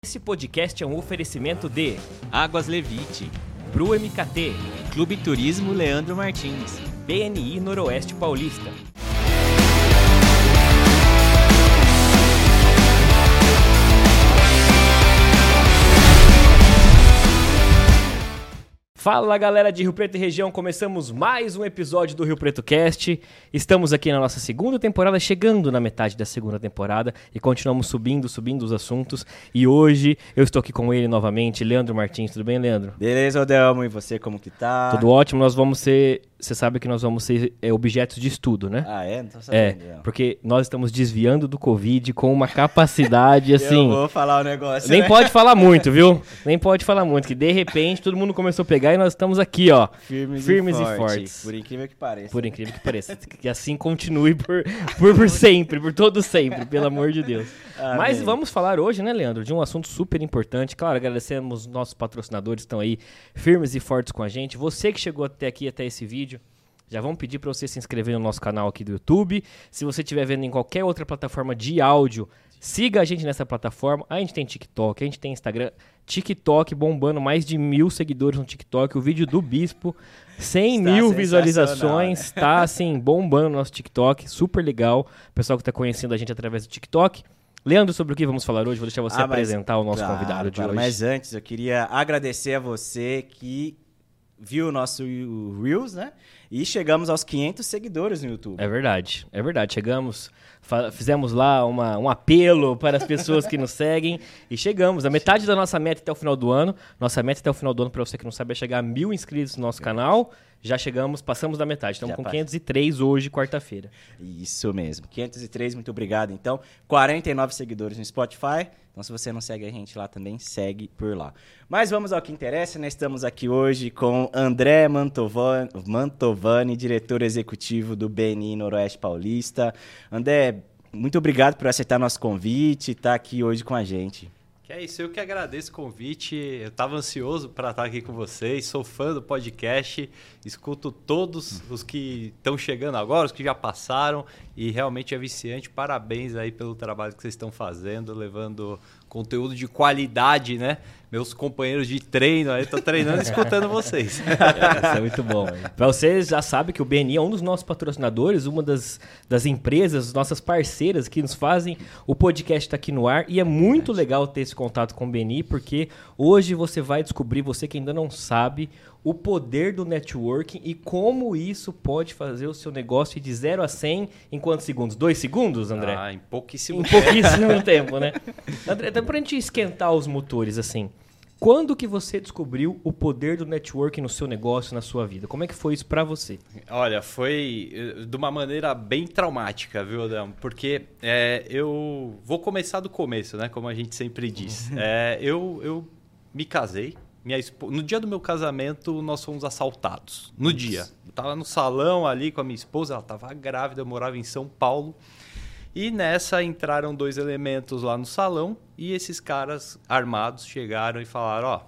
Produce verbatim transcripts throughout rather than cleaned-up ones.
Esse podcast é um oferecimento de Águas Levite, Bru M K T, Clube Turismo Leandro Martins, B N I Noroeste Paulista. Fala galera de Rio Preto e região, começamos mais um episódio do Rio Preto Cast. Estamos aqui na nossa segunda temporada, chegando na metade da segunda temporada e continuamos subindo, subindo os assuntos. E hoje eu estou aqui com ele novamente, Leandro Martins. Tudo bem, Leandro? Beleza, Odelmo, e você como que tá? Tudo ótimo, nós vamos ser, você sabe que nós vamos ser é, objetos de estudo, né? Ah, é? Não tô sabendo. É, porque nós estamos desviando do Covid com uma capacidade assim... Eu vou falar o negócio, Nem né? pode falar muito, viu? Nem pode falar muito, que de repente todo mundo começou a pegar e nós estamos aqui, ó, Firmes, firmes e, e forte, fortes. Por incrível que pareça. Por incrível que pareça. Que assim continue por, por, por sempre, por todo sempre, pelo amor de Deus. Amém. Mas vamos falar hoje, né, Leandro, de um assunto super importante. Claro, agradecemos nossos patrocinadores que estão aí firmes e fortes com a gente. Você que chegou até aqui, até esse vídeo, já vamos pedir para você se inscrever no nosso canal aqui do YouTube. Se você estiver vendo em qualquer outra plataforma de áudio, siga a gente nessa plataforma. A gente tem TikTok, a gente tem Instagram. TikTok bombando, mais de mil seguidores no TikTok. O vídeo do Bispo, cem Está mil visualizações. né? Tá, assim, bombando no nosso TikTok. Super legal. O pessoal que está conhecendo a gente através do TikTok. Leandro, sobre o que vamos falar hoje? Vou deixar você Ah, mas- apresentar o nosso Claro, convidado de claro, hoje. Mas antes, eu queria agradecer a você que viu o nosso Reels, né? E chegamos aos quinhentos seguidores no YouTube. É verdade, é verdade. Chegamos, fa- fizemos lá uma, um apelo para as pessoas que nos seguem e chegamos. A metade da nossa meta até o final do ano. Nossa meta até o final do ano, para você que não sabe, é chegar a mil inscritos no nosso canal. Já chegamos, passamos da metade. Estamos Já com passa. quinhentos e três hoje, quarta-feira. Isso mesmo. quinhentos e três, muito obrigado. Então, quarenta e nove seguidores no Spotify. Então, se você não segue a gente lá também, segue por lá. Mas vamos ao que interessa. Nós estamos aqui hoje com André Mantovani, Mantovani, diretor executivo do B N I Noroeste Paulista. André, muito obrigado por aceitar nosso convite e estar aqui hoje com a gente. Que é isso, eu que agradeço o convite. Eu estava ansioso para estar aqui com vocês, sou fã do podcast, escuto todos os que estão chegando agora, os que já passaram, e realmente é viciante. Parabéns aí pelo trabalho que vocês estão fazendo, levando conteúdo de qualidade, né? Meus companheiros de treino aí, tô treinando e escutando vocês. Isso é muito bom. Para vocês já sabem que o B N I é um dos nossos patrocinadores, uma das, das empresas, nossas parceiras que nos fazem o podcast estar aqui no ar. E é muito legal ter esse contato com o B N I, porque hoje você vai descobrir, você que ainda não sabe, o poder do networking e como isso pode fazer o seu negócio ir de zero a cem em quantos segundos? Dois segundos, André? Ah, em pouquíssimo Em tempo. pouquíssimo tempo, né? André, até pra gente esquentar os motores, assim, quando que você descobriu o poder do networking no seu negócio, na sua vida? Como é que foi isso pra você? Olha, foi eh, de uma maneira bem traumática, viu, Adão? Porque é, eu vou começar do começo, né? Como a gente sempre diz. É, eu, eu me casei. Minha esp... No dia do meu casamento, nós fomos assaltados. No dia. Eu tava no salão ali com a minha esposa, ela tava grávida, eu morava em São Paulo. E nessa entraram dois elementos lá no salão e esses caras armados chegaram e falaram, ó,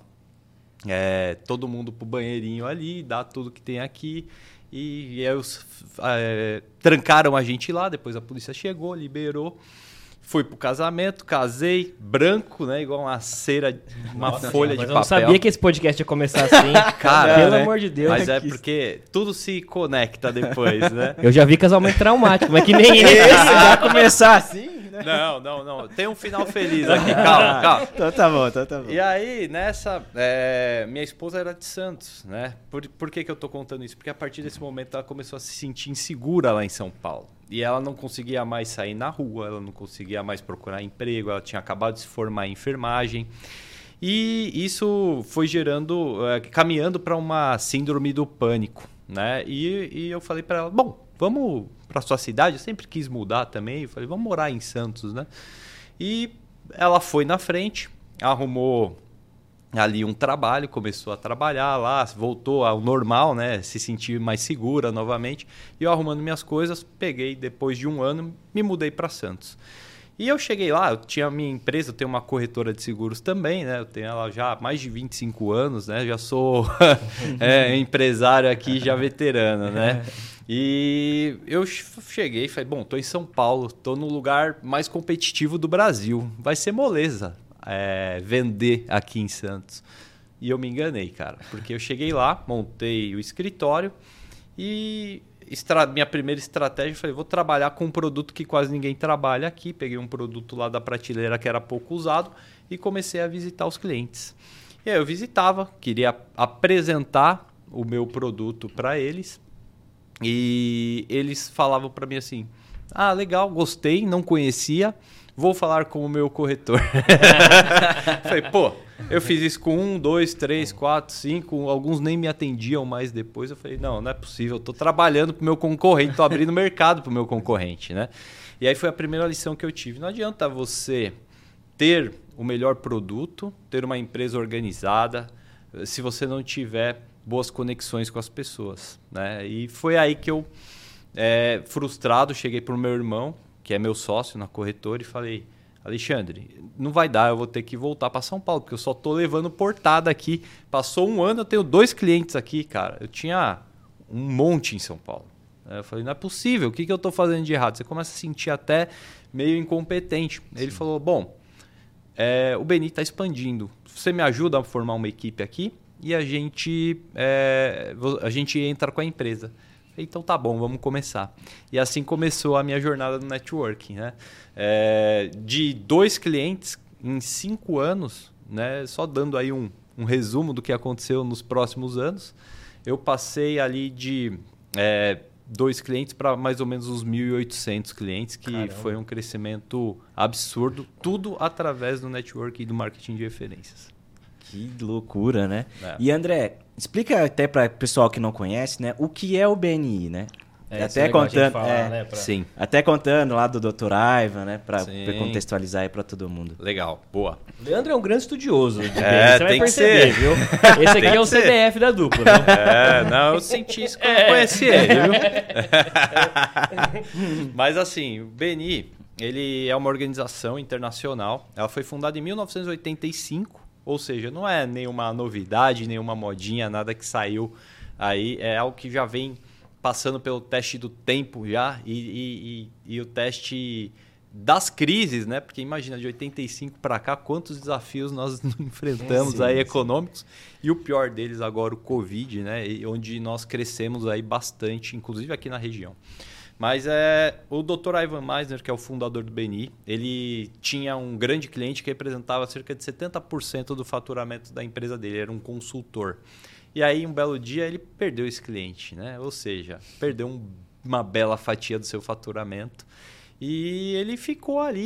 é, todo mundo pro banheirinho ali, dá tudo que tem aqui. E, e aí os, é, trancaram a gente lá, depois a polícia chegou, liberou. Fui pro casamento, casei, branco, né? Igual uma cera, uma Nossa, folha mas de eu papel. não sabia que esse podcast ia começar assim. Cara, pelo né? amor de Deus. Mas é porque tudo se conecta depois, né? Eu já vi casamento traumático, mas que nem esse. Esse já começar assim, né? Não, não, não. Tem um final feliz aqui, calma, calma. Então tá bom, então tá bom. E aí, nessa, é, minha esposa era de Santos, né? Por, por que que eu tô contando isso? Porque a partir desse momento ela começou a se sentir insegura lá em São Paulo. E ela não conseguia mais sair na rua, ela não conseguia mais procurar emprego, ela tinha acabado de se formar em enfermagem. E isso foi gerando, é, caminhando para uma síndrome do pânico, né? E, e eu falei para ela, bom, vamos para sua cidade. Eu sempre quis mudar também. Eu falei, vamos morar em Santos, né? E ela foi na frente, arrumou ali um trabalho, começou a trabalhar lá, voltou ao normal, né? Se sentir mais segura novamente. E eu arrumando minhas coisas, peguei, depois de um ano, me mudei para Santos. E eu cheguei lá, eu tinha a minha empresa, eu tenho uma corretora de seguros também, né? Eu tenho ela já há mais de vinte e cinco anos, né? Já sou é, empresário aqui, já veterano, né? E eu cheguei e falei, bom, tô em São Paulo, tô no lugar mais competitivo do Brasil, vai ser moleza. é, vender aqui em Santos. E eu me enganei, cara, porque eu cheguei lá, montei o escritório e estra... minha primeira estratégia, eu falei, vou trabalhar com um produto que quase ninguém trabalha aqui. Peguei um produto lá da prateleira que era pouco usado e comecei a visitar os clientes. E aí eu visitava, queria apresentar o meu produto para eles e eles falavam para mim assim, ah, legal, gostei, não conhecia, vou falar com o meu corretor. Falei, pô, eu fiz isso com um, dois, três, quatro, cinco, alguns nem me atendiam mais depois. Eu falei, não, não é possível, eu estou trabalhando para o meu concorrente, estou abrindo mercado para o meu concorrente, né? E aí foi a primeira lição que eu tive. Não adianta você ter o melhor produto, ter uma empresa organizada, se você não tiver boas conexões com as pessoas, né? E foi aí que eu, é, frustrado, cheguei para o meu irmão, que é meu sócio na corretora, e falei, Alexandre, não vai dar, eu vou ter que voltar para São Paulo, porque eu só estou levando portada aqui. Passou um ano, eu tenho dois clientes aqui, cara. Eu tinha um monte em São Paulo. Eu falei, não é possível, o que, que eu estou fazendo de errado? Você começa a se sentir até meio incompetente. Ele falou, bom, é, o Beni está expandindo. Você me ajuda a formar uma equipe aqui e a gente, é, a gente entra com a empresa. Então tá bom, vamos começar. E assim começou a minha jornada no networking, né? É, de dois clientes em cinco anos, né? Só dando aí um, um resumo do que aconteceu nos próximos anos, eu passei ali de é, dois clientes para mais ou menos uns mil e oitocentos clientes, que Caramba. Foi um crescimento absurdo, tudo através do networking e do marketing de referências. Que loucura, né? É. E André, explica até para o pessoal que não conhece, né, o que é o B N I, né? É, até contando, falar, é, né, pra... Sim. Até contando lá do doutor Aiva, né, para Sim. contextualizar aí para todo mundo. Legal, boa. O Leandro é um grande estudioso de B N I, É, você vai tem que perceber, ser. viu? Esse aqui é o C D F da dupla, né? É, não, eu senti isso quando eu conheci ele, viu? Mas assim, o B N I, ele é uma organização internacional. Ela foi fundada em mil novecentos e oitenta e cinco, ou seja, não é nenhuma novidade, nenhuma modinha, nada que saiu aí. É algo que já vem passando pelo teste do tempo já e, e, e, e o teste das crises, né? Porque imagina, de oitenta e cinco para cá, quantos desafios nós enfrentamos sim, aí sim. econômicos. E o pior deles agora, o Covid, né? E onde nós crescemos aí bastante, inclusive aqui na região. Mas é, o doutor Ivan Meisner, que é o fundador do B N I, ele tinha um grande cliente que representava cerca de setenta por cento do faturamento da empresa dele, era um consultor. E aí, um belo dia, ele perdeu esse cliente, né? Ou seja, perdeu um, uma bela fatia do seu faturamento. E ele ficou ali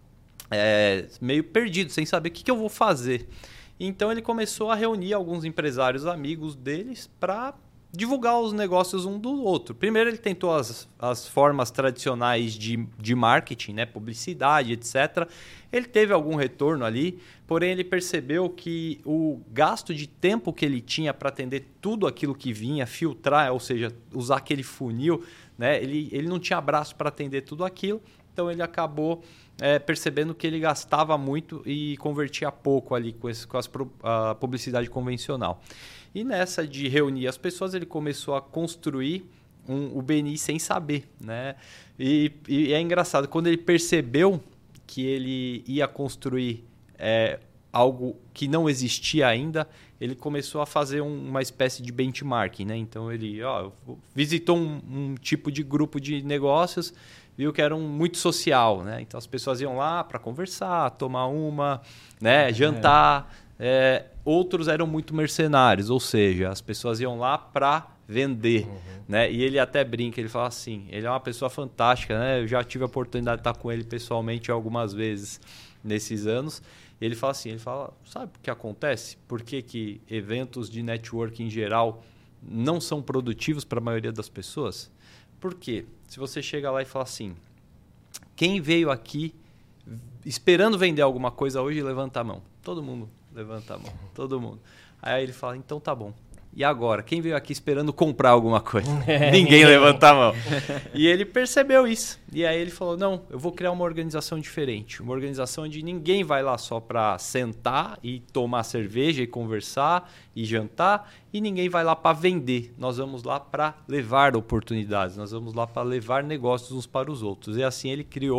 é, meio perdido, sem saber o que, que eu vou fazer. Então, ele começou a reunir alguns empresários amigos deles para divulgar os negócios um do outro. Primeiro, ele tentou as, as formas tradicionais de, de marketing, né? Publicidade, etcétera. Ele teve algum retorno ali, porém ele percebeu que o gasto de tempo que ele tinha para atender tudo aquilo que vinha, filtrar, ou seja, usar aquele funil, né? ele, ele não tinha braço para atender tudo aquilo, então ele acabou é, percebendo que ele gastava muito e convertia pouco ali com, esse, com as, a publicidade convencional. E nessa de reunir as pessoas, ele começou a construir um, o B N I sem saber, né? E, e é engraçado, quando ele percebeu que ele ia construir é, algo que não existia ainda, ele começou a fazer um, uma espécie de benchmarking, né? Então ele ó, visitou um, um tipo de grupo de negócios, viu que era um muito social, né? Então as pessoas iam lá para conversar, tomar uma, né? Jantar. É, outros eram muito mercenários, ou seja, as pessoas iam lá para vender, uhum. né? E ele até brinca, ele fala assim, ele é uma pessoa fantástica, né? Eu já tive a oportunidade de estar com ele pessoalmente algumas vezes nesses anos. E ele fala assim, ele fala, sabe o que acontece? Por que que eventos de networking em geral não são produtivos para a maioria das pessoas? Porque se você chega lá e fala assim, quem veio aqui esperando vender alguma coisa hoje, levanta a mão. Todo mundo levanta a mão, todo mundo. Aí ele fala, então tá bom. E agora? Quem veio aqui esperando comprar alguma coisa? Ninguém levanta a mão. E ele percebeu isso. E aí ele falou, não, eu vou criar uma organização diferente. Uma organização onde ninguém vai lá só para sentar e tomar cerveja e conversar e jantar. E ninguém vai lá para vender. Nós vamos lá para levar oportunidades. Nós vamos lá para levar negócios uns para os outros. E assim ele criou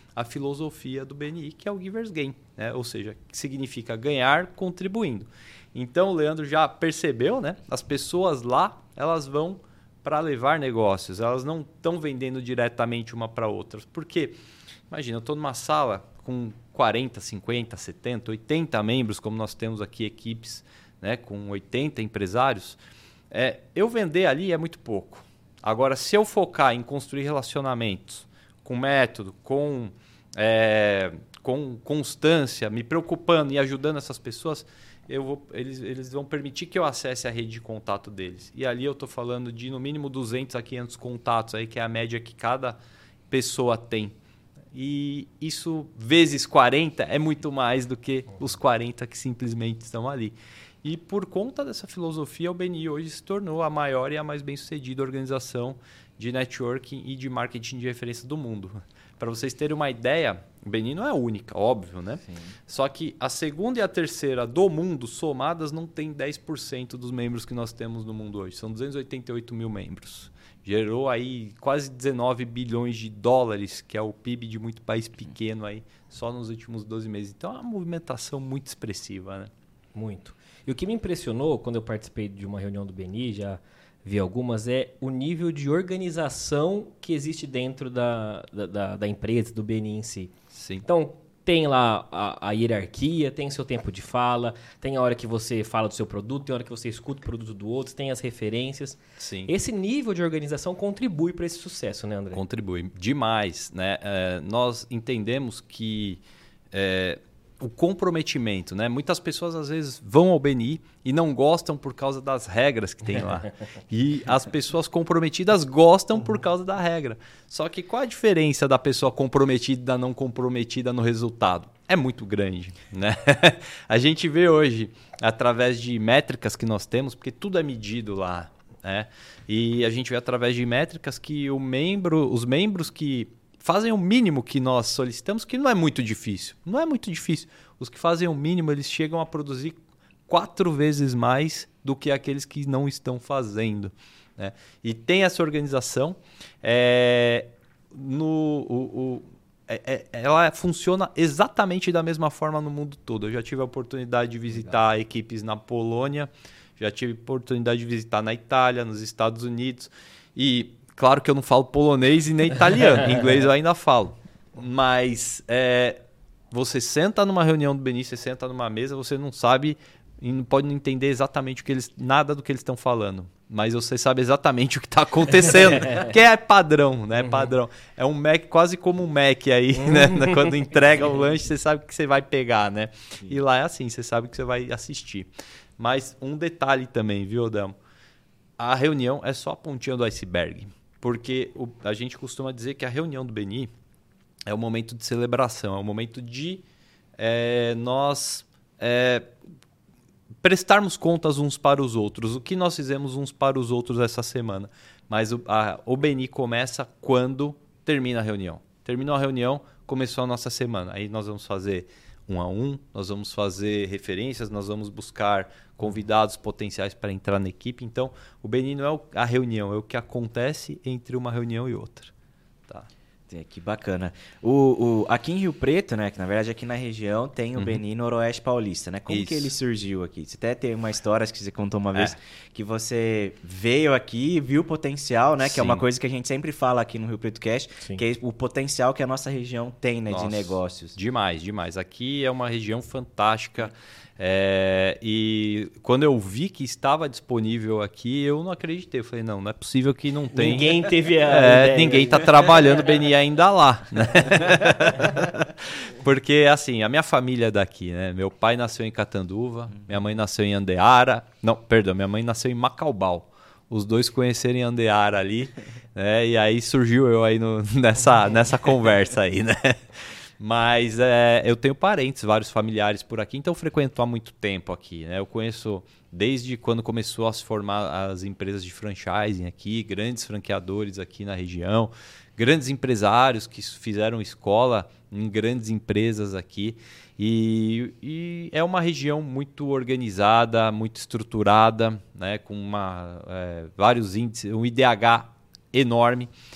a filosofia do B N I, que é o Giver's Gain, né? Ou seja, que significa ganhar contribuindo. Então, o Leandro já percebeu, né? As pessoas lá, elas vão para levar negócios, elas não estão vendendo diretamente uma para outra. Porque, imagina, eu estou numa sala com quarenta, cinquenta, setenta, oitenta membros, como nós temos aqui equipes, né, com oitenta empresários. É, eu vender ali é muito pouco. Agora, se eu focar em construir relacionamentos com método, com, é, com constância, me preocupando e ajudando essas pessoas, eu vou, eles, eles vão permitir que eu acesse a rede de contato deles. E ali eu estou falando de no mínimo duzentos a quinhentos contatos, aí, que é a média que cada pessoa tem. E isso vezes quarenta é muito mais do que os quarenta que simplesmente estão ali. E por conta dessa filosofia, o B N I hoje se tornou a maior e a mais bem-sucedida organização de networking e de marketing de referência do mundo. Para vocês terem uma ideia, o B N I não é a única, óbvio, né? Sim. Só que a segunda e a terceira do mundo, somadas, não tem dez por cento dos membros que nós temos no mundo hoje. São duzentos e oitenta e oito mil membros. Gerou aí quase dezenove bilhões de dólares, que é o P I B de muito país pequeno aí, só nos últimos doze meses. Então é uma movimentação muito expressiva, né? Muito. E o que me impressionou quando eu participei de uma reunião do B N I, já vi algumas, é o nível de organização que existe dentro da, da, da, da empresa, do B N I em si. Sim. Então, tem lá a, a hierarquia, tem seu tempo de fala, tem a hora que você fala do seu produto, tem a hora que você escuta o produto do outro, tem as referências. Sim. Esse nível de organização contribui para esse sucesso, né, André? Contribui demais, né? É, nós entendemos que é, o comprometimento, né? Muitas pessoas às vezes vão ao B N I e não gostam por causa das regras que tem lá. E as pessoas comprometidas gostam por causa da regra. Só que qual a diferença da pessoa comprometida e da não comprometida no resultado? É muito grande, né? A gente vê hoje, através de métricas que nós temos, porque tudo é medido lá, né? E a gente vê através de métricas que o membro, os membros que fazem o mínimo que nós solicitamos, que não é muito difícil. Não é muito difícil. Os que fazem o mínimo, eles chegam a produzir quatro vezes mais do que aqueles que não estão fazendo, né? E tem essa organização. É, no, o, o, é, é, ela funciona exatamente da mesma forma no mundo todo. Eu já tive a oportunidade de visitar Legal. equipes na Polônia, já tive a oportunidade de visitar na Itália, nos Estados Unidos. E claro que eu não falo polonês e nem italiano. Inglês eu ainda falo. Mas é, você senta numa reunião do B N I, você senta numa mesa, você não sabe e não pode entender exatamente o que eles, nada do que eles estão falando. Mas você sabe exatamente o que está acontecendo. Que é padrão, né? Uhum. Padrão. É um Mac, quase como um Mac aí, uhum. né? Quando entrega o lanche, você sabe o que você vai pegar, né? Sim. E lá é assim, você sabe o que você vai assistir. Mas um detalhe também, viu, Adamo? A reunião é só a pontinha do iceberg. Porque o, a gente costuma dizer que a reunião do B N I é um momento de celebração, é um momento de é, nós é, prestarmos contas uns para os outros. O que nós fizemos uns para os outros essa semana. Mas o, a, o B N I começa quando termina a reunião. Terminou a reunião, começou a nossa semana. Aí nós vamos fazer um a um, nós vamos fazer referências, nós vamos buscar convidados potenciais para entrar na equipe. Então, o B N I não é a reunião, é o que acontece entre uma reunião e outra. Tá. Que bacana. O, o, aqui em Rio Preto, né, que na verdade aqui na região tem o uhum. B N I Noroeste Paulista, né? Como Isso. que ele surgiu aqui? Você até tem uma história que você contou uma vez, é. que você veio aqui, viu o potencial, né? Sim. Que é uma coisa que a gente sempre fala aqui no Rio Preto Cast, Sim. que é o potencial que a nossa região tem, né, Nossa, de negócios. Demais, demais. Aqui é uma região fantástica. É, e quando eu vi que estava disponível aqui, eu não acreditei. Eu falei, não, não é possível que não tenha. Ninguém teve a é, ideia. Ninguém está trabalhando o B N I ainda lá. Né? Porque, assim, a minha família é daqui, né? Meu pai nasceu em Catanduva, minha mãe nasceu em Andeara. Não, perdão, minha mãe nasceu em Macaubal. Os dois conheceram em Andeara ali, né? E aí surgiu eu aí no, nessa, nessa conversa aí, né? Mas é, eu tenho parentes, vários familiares por aqui, então eu frequento há muito tempo aqui, né? Eu conheço desde quando começou a se formar as empresas de franchising aqui, grandes franqueadores aqui na região, grandes empresários que fizeram escola em grandes empresas aqui. E, e é uma região muito organizada, muito estruturada, né? Com uma, é, vários índices, um I D H enorme.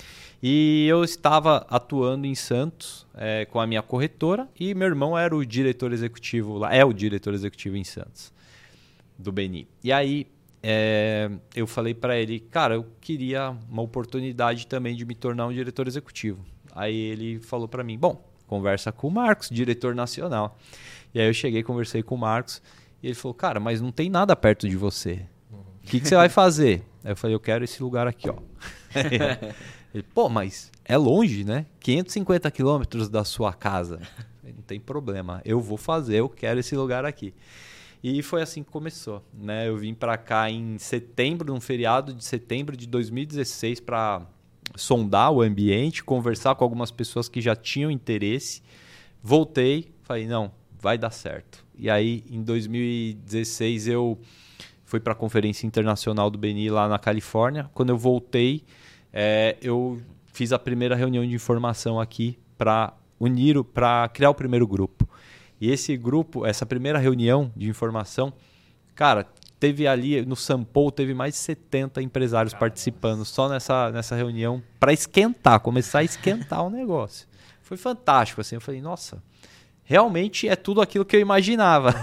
E eu estava atuando em Santos é, com a minha corretora e meu irmão era o diretor executivo lá, é o diretor executivo em Santos, do Beni. E aí é, eu falei para ele, cara, eu queria uma oportunidade também de me tornar um diretor executivo. Aí ele falou para mim, bom, conversa com o Marcos, diretor nacional. E aí eu cheguei, conversei com o Marcos e ele falou, cara, mas não tem nada perto de você. O que, que você vai fazer? Aí eu falei, eu quero esse lugar aqui, ó. Ele, pô, mas é longe, né? quinhentos e cinquenta quilômetros da sua casa. Não tem problema, eu vou fazer, eu quero esse lugar aqui. E foi assim que começou, né? Eu vim para cá em setembro, num feriado de setembro de dois mil e dezesseis, para sondar o ambiente, conversar com algumas pessoas que já tinham interesse. Voltei, falei, não, vai dar certo. E aí, em dois mil e dezesseis, eu fui para a Conferência Internacional do Beni lá na Califórnia. Quando eu voltei, é, eu fiz a primeira reunião de informação aqui para unir, para criar o primeiro grupo. E esse grupo, essa primeira reunião de informação, cara, teve ali no Sampo, teve mais de setenta empresários Caramba. participando só nessa, nessa reunião para esquentar, começar a esquentar o negócio. Foi fantástico, assim, eu falei, nossa, realmente é tudo aquilo que eu imaginava.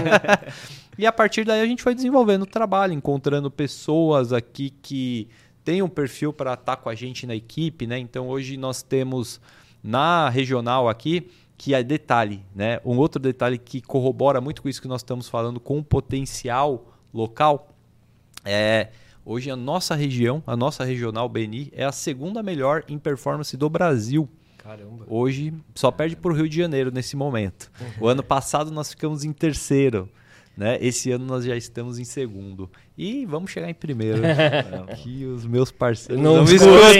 E a partir daí a gente foi desenvolvendo o trabalho, encontrando pessoas aqui que têm um perfil para estar com a gente na equipe, né? Então hoje nós temos na regional aqui, que é detalhe, né? Um outro detalhe que corrobora muito com isso que nós estamos falando, com o potencial local, é hoje a nossa região, a nossa regional Beni, é a segunda melhor em performance do Brasil. Caramba. Hoje só perde para o Rio de Janeiro nesse momento. Uhum. O ano passado nós ficamos em terceiro, né? Esse ano nós já estamos em segundo. E vamos chegar em primeiro. Que os meus parceiros não, não me escutem.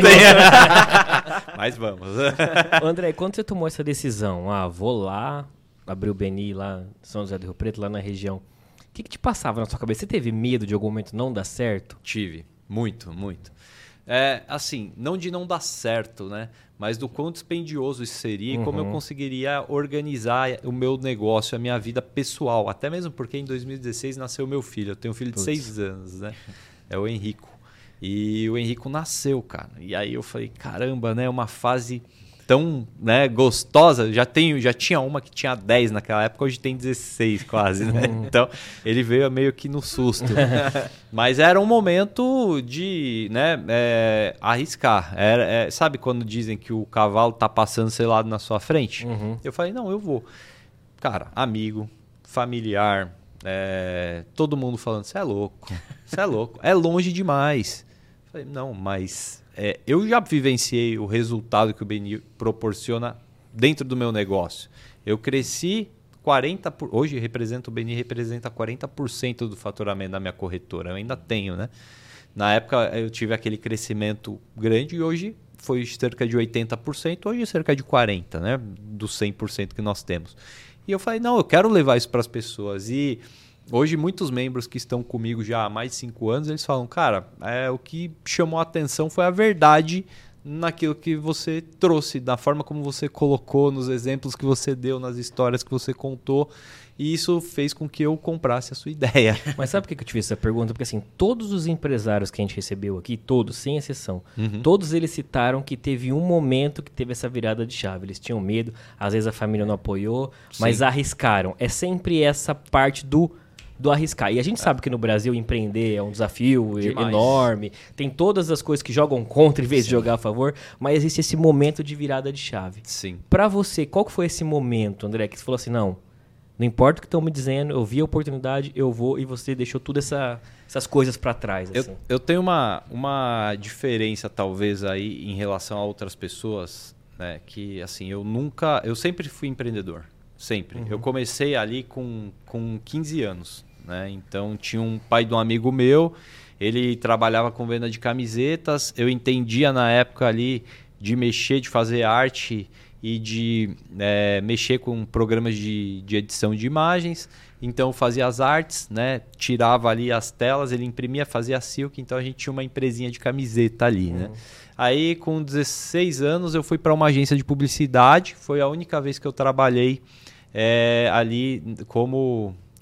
Mas vamos. André, quando você tomou essa decisão? Ah, vou lá, abrir o Beni lá em São José do Rio Preto, lá na região. O que, que te passava na sua cabeça? Você teve medo de algum momento não dar certo? Tive. Muito, muito. É, assim, não de não dar certo, né? Mas do quão dispendioso isso seria uhum. e como eu conseguiria organizar o meu negócio, a minha vida pessoal. Até mesmo porque em dois mil e dezesseis nasceu meu filho. Eu tenho um filho de Putz. seis anos, né? É o Henrico. E o Henrico nasceu, cara. E aí eu falei, caramba, né? Uma fase tão, né, gostosa. Já, tenho, já tinha uma que tinha dez naquela época, hoje tem dezesseis quase, né? Então ele veio meio que no susto. Mas era um momento de, né, é, arriscar. Era, é, sabe quando dizem que o cavalo tá passando, sei lá, na sua frente? Uhum. Eu falei, não, eu vou. Cara, amigo, familiar, é, todo mundo falando, você é louco, você é louco, é longe demais. Eu falei, não, mas é, eu já vivenciei o resultado que o Beni proporciona dentro do meu negócio. Eu cresci quarenta por cento, hoje representa, o Beni representa quarenta por cento do faturamento da minha corretora. Eu ainda tenho, né? Na época eu tive aquele crescimento grande e hoje foi cerca de oitenta por cento, hoje é cerca de quarenta por cento, né? Dos cem por cento que nós temos. E eu falei, não, eu quero levar isso para as pessoas. E hoje muitos membros que estão comigo já há mais de cinco anos, eles falam, cara, é, o que chamou a atenção foi a verdade naquilo que você trouxe, da forma como você colocou, nos exemplos que você deu, nas histórias que você contou. E isso fez com que eu comprasse a sua ideia. Mas sabe por que eu te fiz essa pergunta? Porque assim, todos os empresários que a gente recebeu aqui, todos, sem exceção, uhum. todos eles citaram que teve um momento que teve essa virada de chave. Eles tinham medo, às vezes a família não apoiou, Sim. mas arriscaram. É sempre essa parte do... do arriscar. E a gente sabe que no Brasil empreender é um desafio Demais. enorme. Tem todas as coisas que jogam contra em vez Sim. de jogar a favor, mas existe esse momento de virada de chave. Sim. Para você, qual que foi esse momento, André, que você falou assim, não, não importa o que estão me dizendo, eu vi a oportunidade, eu vou, e você deixou todas essa, essas coisas para trás. Assim. Eu, eu tenho uma, uma diferença, talvez, aí em relação a outras pessoas, né, que assim, eu nunca, eu sempre fui empreendedor. Sempre. Uhum. Eu comecei ali com, com quinze anos. Né? Então tinha um pai de um amigo meu, ele trabalhava com venda de camisetas, eu entendia na época ali de mexer, de fazer arte e de é, mexer com programas de, de edição de imagens, então eu fazia as artes, né? Tirava ali as telas, ele imprimia, fazia silk, então a gente tinha uma empresinha de camiseta ali. Uhum. Né? Aí com dezesseis anos eu fui para uma agência de publicidade, foi a única vez que eu trabalhei é, ali como...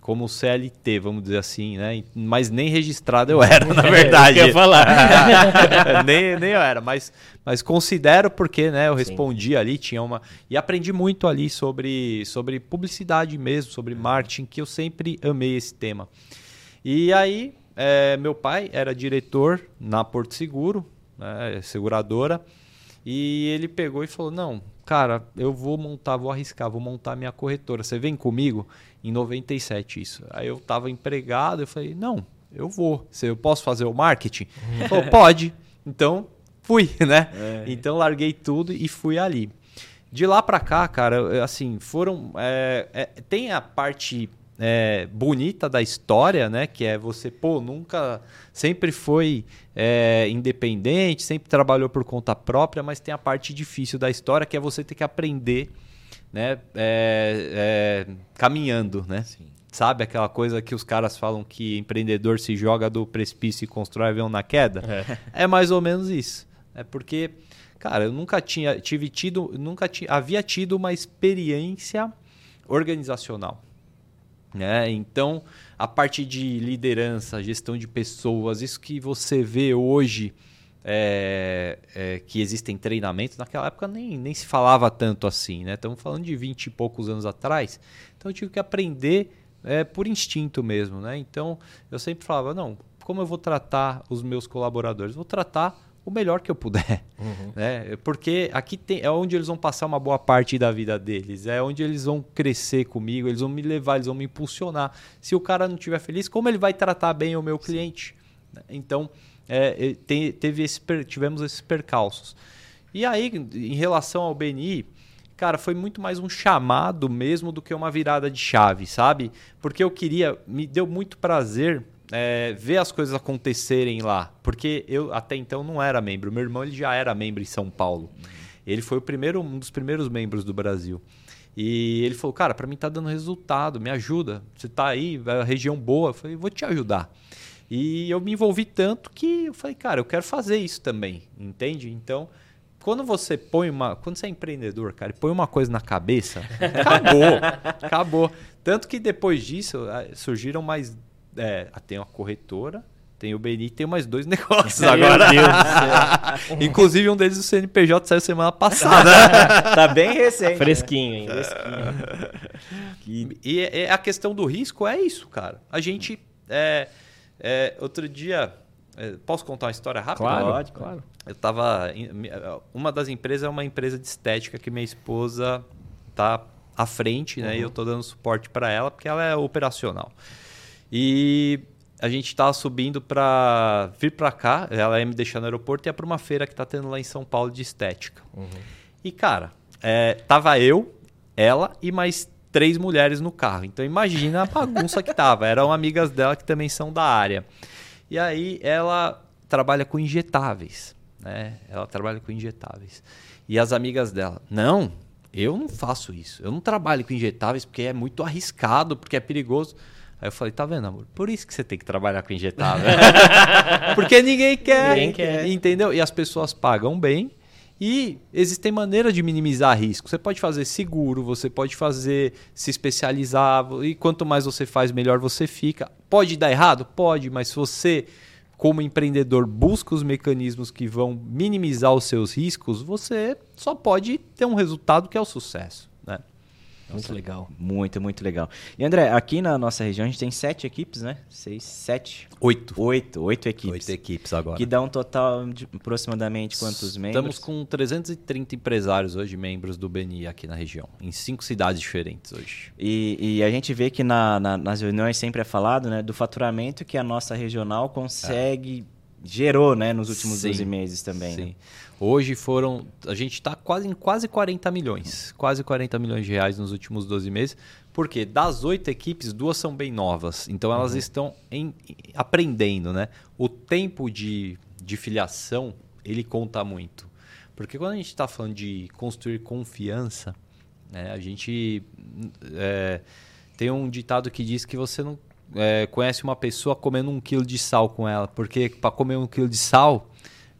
como C L T, vamos dizer assim, né? Mas nem registrado eu era, na verdade. É, eu ia falar. nem, nem eu era, mas, mas considero porque, né, eu respondi Sim. ali, tinha uma... E aprendi muito ali sobre, sobre publicidade mesmo, sobre marketing, que eu sempre amei esse tema. E aí, é, meu pai era diretor na Porto Seguro, né, seguradora, e ele pegou e falou, não, cara, eu vou montar, vou arriscar, vou montar minha corretora, você vem comigo? Em noventa e sete isso. Aí eu estava empregado, eu falei, não, eu vou. Eu posso fazer o marketing? Ele falou, pode. Então, fui, né? É. Então, larguei tudo e fui ali. De lá para cá, cara, assim, foram... É, é, tem a parte é, bonita da história, né? Que é você, pô, nunca... Sempre foi é, independente, sempre trabalhou por conta própria, mas tem a parte difícil da história, que é você ter que aprender... Né? É, é, caminhando, né? Sim. Sabe aquela coisa que os caras falam que empreendedor se joga do precipício e constrói avião na queda? É, é mais ou menos isso. É porque, cara, eu nunca tinha tive tido, nunca tinha, havia tido uma experiência organizacional, né? Então, a parte de liderança, gestão de pessoas, isso que você vê hoje. É, é, que existem treinamentos, naquela época nem, nem se falava tanto assim, né? Estamos falando de vinte e poucos anos atrás, então eu tive que aprender é, por instinto mesmo, né? Então eu sempre falava, não, como eu vou tratar os meus colaboradores? Vou tratar o melhor que eu puder, uhum. né? Porque aqui tem, é onde eles vão passar uma boa parte da vida deles, é onde eles vão crescer comigo, eles vão me levar, eles vão me impulsionar. Se o cara não estiver feliz, como ele vai tratar bem o meu cliente? Sim. Então É, te, teve esse, tivemos esses percalços. E aí, em relação ao B N I, cara, foi muito mais um chamado mesmo do que uma virada de chave, sabe? Porque eu queria, me deu muito prazer é, ver as coisas acontecerem lá. Porque eu até então não era membro. Meu irmão ele já era membro em São Paulo. Ele foi o primeiro, um dos primeiros membros do Brasil. E ele falou, cara, para mim tá dando resultado, me ajuda. Você tá aí, é uma região boa. Eu falei, vou te ajudar. E eu me envolvi tanto que eu falei, cara, eu quero fazer isso também, entende? Então, quando você põe uma... Quando você é empreendedor, cara, e põe uma coisa na cabeça, acabou, acabou. Tanto que depois disso, surgiram mais... É, tem uma corretora, tem o B N I, tem mais dois negócios agora. Meu Deus do céu. Inclusive, um deles, o C N P J, saiu semana passada. Tá bem recente. Fresquinho ainda. Fresquinho. E, e a questão do risco é isso, cara. A gente... É, É, outro dia, é, posso contar uma história rápida? Claro, pode, claro. Eu tava, uma das empresas é uma empresa de estética que minha esposa tá à frente, né? Uhum. E eu tô dando suporte para ela porque ela é operacional. E a gente tava subindo para vir para cá, ela ia me deixar no aeroporto e ia para uma feira que tá tendo lá em São Paulo de estética. Uhum. E cara, é, tava eu, ela e mais três mulheres no carro. Então imagina a bagunça que tava. Eram amigas dela que também são da área. E aí ela trabalha com injetáveis, né? Ela trabalha com injetáveis. E as amigas dela, não, eu não faço isso. Eu não trabalho com injetáveis porque é muito arriscado, porque é perigoso. Aí eu falei, tá vendo, amor? Por isso que você tem que trabalhar com injetável. Porque ninguém quer. Ninguém quer. Entendeu? E as pessoas pagam bem. E existem maneiras de minimizar risco. Você pode fazer seguro, você pode fazer se especializar. E quanto mais você faz, melhor você fica. Pode dar errado? Pode, mas se você, como empreendedor, busca os mecanismos que vão minimizar os seus riscos, você só pode ter um resultado que é o sucesso, né? Muito legal. Muito, muito legal. E André, aqui na nossa região a gente tem sete equipes, né? Seis, sete? Oito. Oito, oito equipes. Oito equipes agora. Que dá um total de aproximadamente quantos membros? Estamos com trezentos e trinta empresários hoje, membros do B N I aqui na região, em cinco cidades diferentes hoje. E, e a gente vê que na, na, nas reuniões sempre é falado, né, do faturamento que a nossa regional consegue... É. Gerou, né, nos últimos sim, doze meses também. Sim. Né? Hoje foram... A gente está quase em quase quarenta milhões. Quase quarenta milhões de reais nos últimos doze meses. Porque das oito equipes, duas são bem novas. Então, elas uhum. estão em, aprendendo, né? O tempo de, de filiação, ele conta muito. Porque quando a gente está falando de construir confiança, né, a gente... É, tem um ditado que diz que você não... É, conhece uma pessoa comendo um quilo de sal com ela, porque para comer um quilo de sal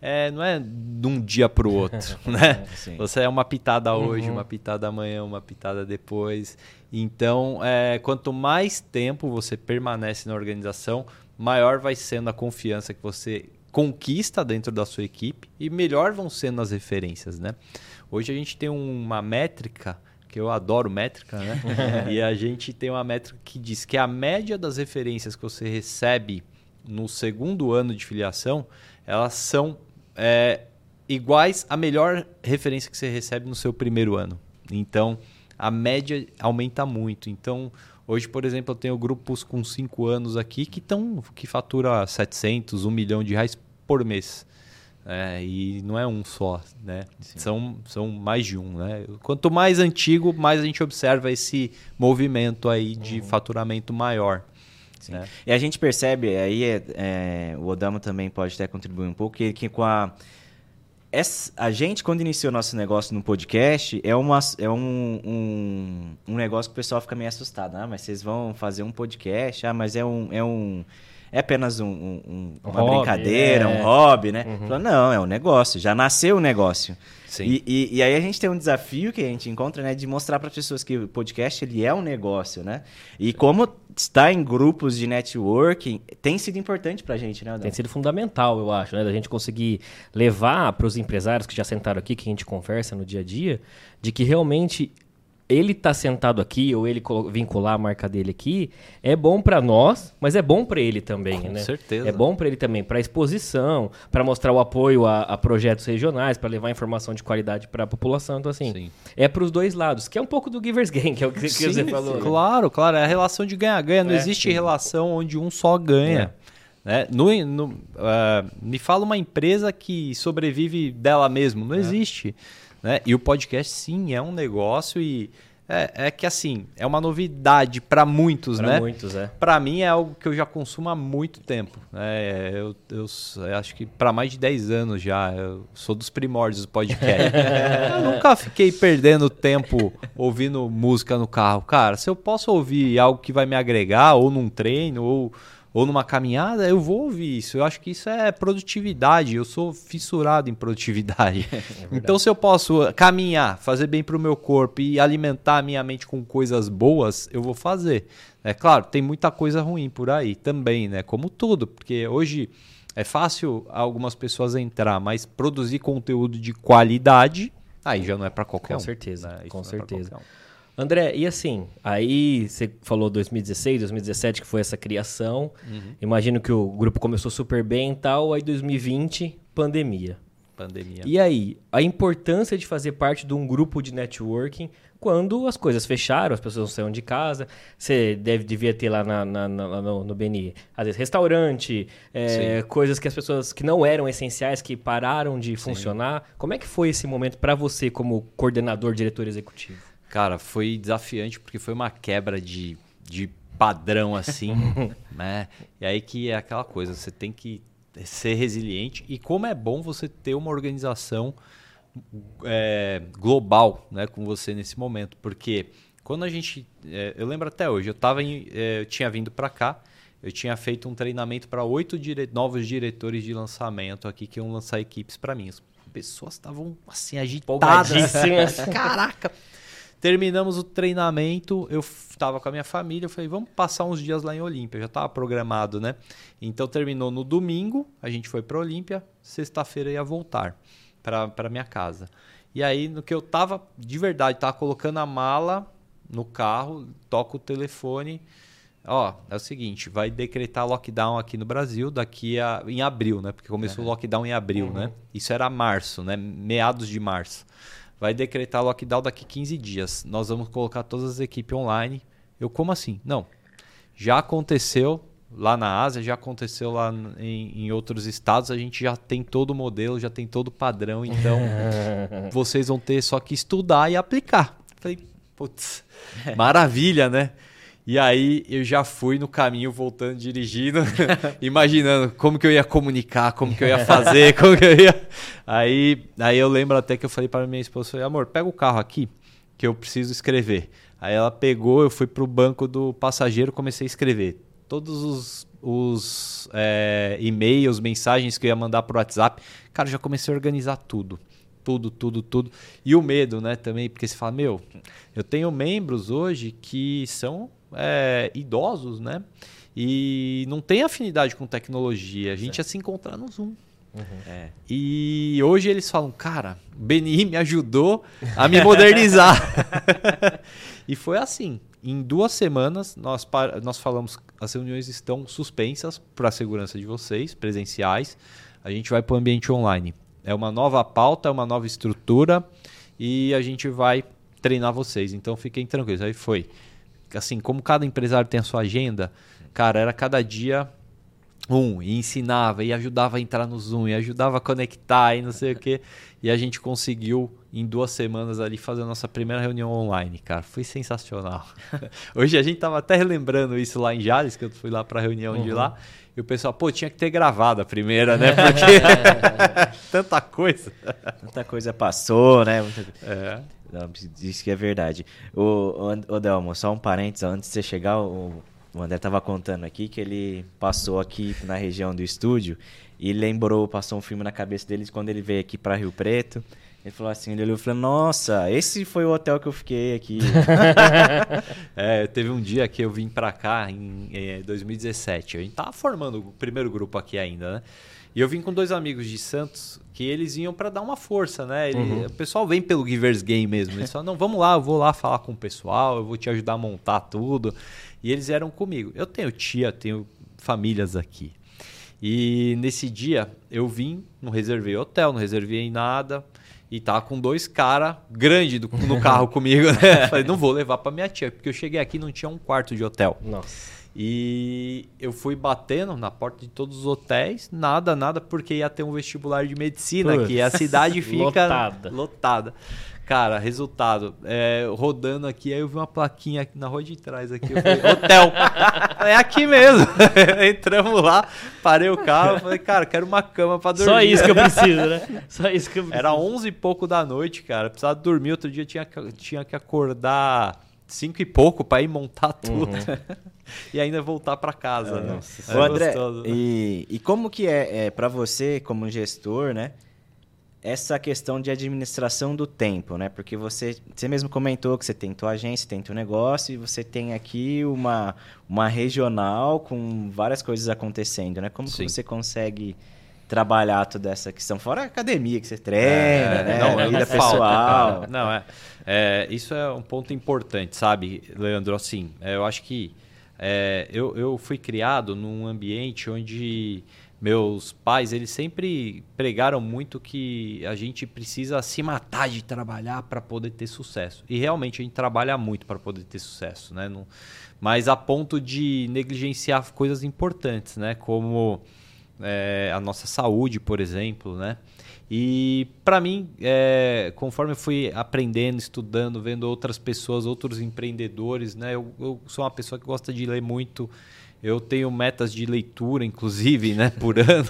é, não é de um dia para o outro, né? Sim. Você é uma pitada hoje, Uhum. uma pitada amanhã, uma pitada depois. Então, é, quanto mais tempo você permanece na organização, maior vai sendo a confiança que você conquista dentro da sua equipe e melhor vão sendo as referências, né? Hoje a gente tem uma métrica, que eu adoro métrica, né? E a gente tem uma métrica que diz que a média das referências que você recebe no segundo ano de filiação, elas são é, iguais à melhor referência que você recebe no seu primeiro ano. Então, a média aumenta muito. Então, hoje, por exemplo, eu tenho grupos com cinco anos aqui que, tão, que fatura setecentos, um milhão de reais por mês. É, e não é um só, né? São, são mais de um, né? Quanto mais antigo, mais a gente observa esse movimento aí de uhum. faturamento maior. Né? E a gente percebe, aí é, é, o Odamo também pode até contribuir um pouco, que, que com a... Essa, a gente, quando iniciou nosso negócio no podcast, é, uma, é um, um, um negócio que o pessoal fica meio assustado. Ah, mas vocês vão fazer um podcast? Ah, mas é um... É um É apenas um, um, uma hobby, brincadeira, é. um hobby, né? Uhum. Falou, não, é um negócio, já nasceu o negócio. Sim. E, e, e aí a gente tem um desafio que a gente encontra, né? De mostrar para as pessoas que o podcast ele é um negócio, né? E como estar em grupos de networking tem sido importante para a gente, né, Adão? Tem sido fundamental, eu acho, né? Da gente conseguir levar para os empresários que já sentaram aqui, que a gente conversa no dia a dia, de que realmente... ele tá sentado aqui, ou ele vincular a marca dele aqui, é bom para nós, mas é bom para ele também, Com né? certeza. É bom para ele também, para exposição, para mostrar o apoio a, a projetos regionais, para levar informação de qualidade para a população. Então, assim, Sim. é para os dois lados, que é um pouco do Givers Gain, que é o que, que Sim, você falou. Né? Claro, claro. É a relação de ganha-ganha. Não É, existe sim. relação onde um só ganha. Né? No, no, uh, me fala uma empresa que sobrevive dela mesmo. Não é. existe. Né? E o podcast, sim, é um negócio e é, é que, assim, é uma novidade para muitos, Pra né? muitos, é. Para mim é algo que eu já consumo há muito tempo. Né? Eu, eu, eu acho que para mais de dez anos já. Eu sou dos primórdios do podcast. Eu nunca fiquei perdendo tempo ouvindo música no carro. Cara, se eu posso ouvir algo que vai me agregar, ou num treino, ou... ou numa caminhada, eu vou ouvir isso. Eu acho que isso é produtividade. Eu sou fissurado em produtividade. É então, se eu posso caminhar, fazer bem para o meu corpo e alimentar a minha mente com coisas boas, eu vou fazer. É claro, tem muita coisa ruim por aí também, né? Como tudo. Porque hoje é fácil algumas pessoas entrar, mas produzir conteúdo de qualidade, aí já não é para qualquer Com um. certeza, Né? com Isso não é pra certeza. qualquer um. André, e assim, aí você falou dois mil e dezesseis, dois mil e dezessete, que foi essa criação. Uhum. Imagino que o grupo começou super bem e tal, aí dois mil e vinte, pandemia. Pandemia. E aí, a importância de fazer parte de um grupo de networking quando as coisas fecharam, as pessoas não saíram de casa. Você deve, devia ter lá na, na, na, no, no B N I, às vezes, restaurante, é, coisas que as pessoas que não eram essenciais, que pararam de Sim. funcionar. Como é que foi esse momento para você como coordenador, diretor executivo? Cara, foi desafiante porque foi uma quebra de, de padrão assim, né? E aí que é aquela coisa, você tem que ser resiliente e como é bom você ter uma organização é, global, né, com você nesse momento, porque quando a gente, é, eu lembro até hoje, eu tava em, é, eu tinha vindo para cá, eu tinha feito um treinamento para oito dire... novos diretores de lançamento aqui que iam lançar equipes para mim. As pessoas estavam assim agitadas, caraca. Terminamos o treinamento, eu estava com a minha família, eu falei, vamos passar uns dias lá em Olímpia, já estava programado, né? Então terminou no domingo, a gente foi para Olímpia, sexta-feira ia voltar para minha casa. E aí, no que eu tava, de verdade, tava colocando a mala no carro, toco o telefone, ó, é o seguinte, vai decretar lockdown aqui no Brasil daqui a, em abril, né? Porque começou uhum. o lockdown em abril, uhum. né? Isso era março, né? Meados de março. Vai decretar lockdown daqui quinze dias. Nós vamos colocar todas as equipes online. Eu, como assim? Não. Já aconteceu lá na Ásia, já aconteceu lá em, em outros estados. A gente já tem todo o modelo, já tem todo o padrão. Então, vocês vão ter só que estudar e aplicar. Falei, putz, maravilha, né? E aí eu já fui no caminho, voltando, dirigindo, imaginando como que eu ia comunicar, como que eu ia fazer, como que eu ia... Aí, aí eu lembro até que eu falei para minha esposa, falei, amor, pega o carro aqui que eu preciso escrever. Aí ela pegou, eu fui pro banco do passageiro, comecei a escrever. todos os, os é, e-mails, mensagens que eu ia mandar pro WhatsApp. Cara, eu já comecei a organizar tudo. Tudo, tudo, tudo. E o medo, né, também, porque você fala, meu, eu tenho membros hoje que são é, idosos, né? E não tem afinidade com tecnologia. A gente ia se encontrar no Zoom. Uhum. É. E hoje eles falam, cara, o B N I me ajudou a me modernizar. E foi assim. Em duas semanas, nós, nós falamos, as reuniões estão suspensas para a segurança de vocês, presenciais. A gente vai para o ambiente online. É uma nova pauta, é uma nova estrutura e a gente vai treinar vocês. Então fiquem tranquilos. Aí foi. Assim, como cada empresário tem a sua agenda, cara, era cada dia um. E ensinava, e ajudava a entrar no Zoom, e ajudava a conectar e não sei o quê. E a gente conseguiu, em duas semanas ali, fazer a nossa primeira reunião online, cara. Foi sensacional. Hoje a gente tava até relembrando isso lá em Jales, que eu fui lá para a reunião uhum. de lá. E o pessoal, pô, tinha que ter gravado a primeira, né? Porque tanta coisa. Tanta coisa passou, né? Muita... É. Não, isso que é verdade. O, o, o Delmo, só um parênteses, antes de você chegar, o, o André estava contando aqui que ele passou aqui na região do estúdio e lembrou, passou um filme na cabeça dele quando ele veio aqui para Rio Preto. Ele falou assim, ele olhou e falou, nossa, esse foi o hotel que eu fiquei aqui. É, teve um dia que eu vim pra cá em, em dois mil e dezessete. A gente tava formando o primeiro grupo aqui ainda, né? E eu vim com dois amigos de Santos que eles iam pra dar uma força, né? Ele, uhum. O pessoal vem pelo Givers Game mesmo. Eles falaram, não, vamos lá, eu vou lá falar com o pessoal, eu vou te ajudar a montar tudo. E eles eram comigo. Eu tenho tia, tenho famílias aqui. E nesse dia eu vim, não reservei hotel, não reservei nada. E tava com dois caras grandes no carro comigo, né? Falei, não vou levar pra minha tia, porque eu cheguei aqui e não tinha um quarto de hotel. Nossa. E eu fui batendo na porta de todos os hotéis, nada, nada, porque ia ter um vestibular de medicina aqui. A cidade fica lotada. lotada. Cara, resultado, é, rodando aqui, aí eu vi uma plaquinha aqui na rua de trás aqui, eu falei, hotel. É aqui mesmo. Entramos lá, parei o carro, falei, cara, quero uma cama pra dormir. Só isso que eu preciso, né? Só isso que eu preciso. Era onze e pouco da noite, cara, precisava dormir, outro dia tinha que, tinha que acordar cinco e pouco pra ir montar tudo. Uhum. E ainda voltar pra casa, é, né? Nossa, é André, e, e como que é, é pra você, como gestor, né? Essa questão de administração do tempo, né? Porque você, você mesmo comentou que você tem tua agência, tem teu negócio e você tem aqui uma, uma regional com várias coisas acontecendo, né? Como Sim. que você consegue trabalhar toda essa questão? Fora a academia que você treina, é, né? Não, a vida não pessoal. Falta, não, é, é. Isso é um ponto importante, sabe, Leandro? Assim, é, eu acho que é, eu, eu fui criado num ambiente onde... Meus pais, eles sempre pregaram muito que a gente precisa se matar de trabalhar para poder ter sucesso. E realmente a gente trabalha muito para poder ter sucesso, né? Não, mas a ponto de negligenciar coisas importantes, né? Como é, a nossa saúde, por exemplo, né? E para mim, é, conforme eu fui aprendendo, estudando, vendo outras pessoas, outros empreendedores, né? Eu, eu sou uma pessoa que gosta de ler muito. Eu tenho metas de leitura, inclusive, né, por ano.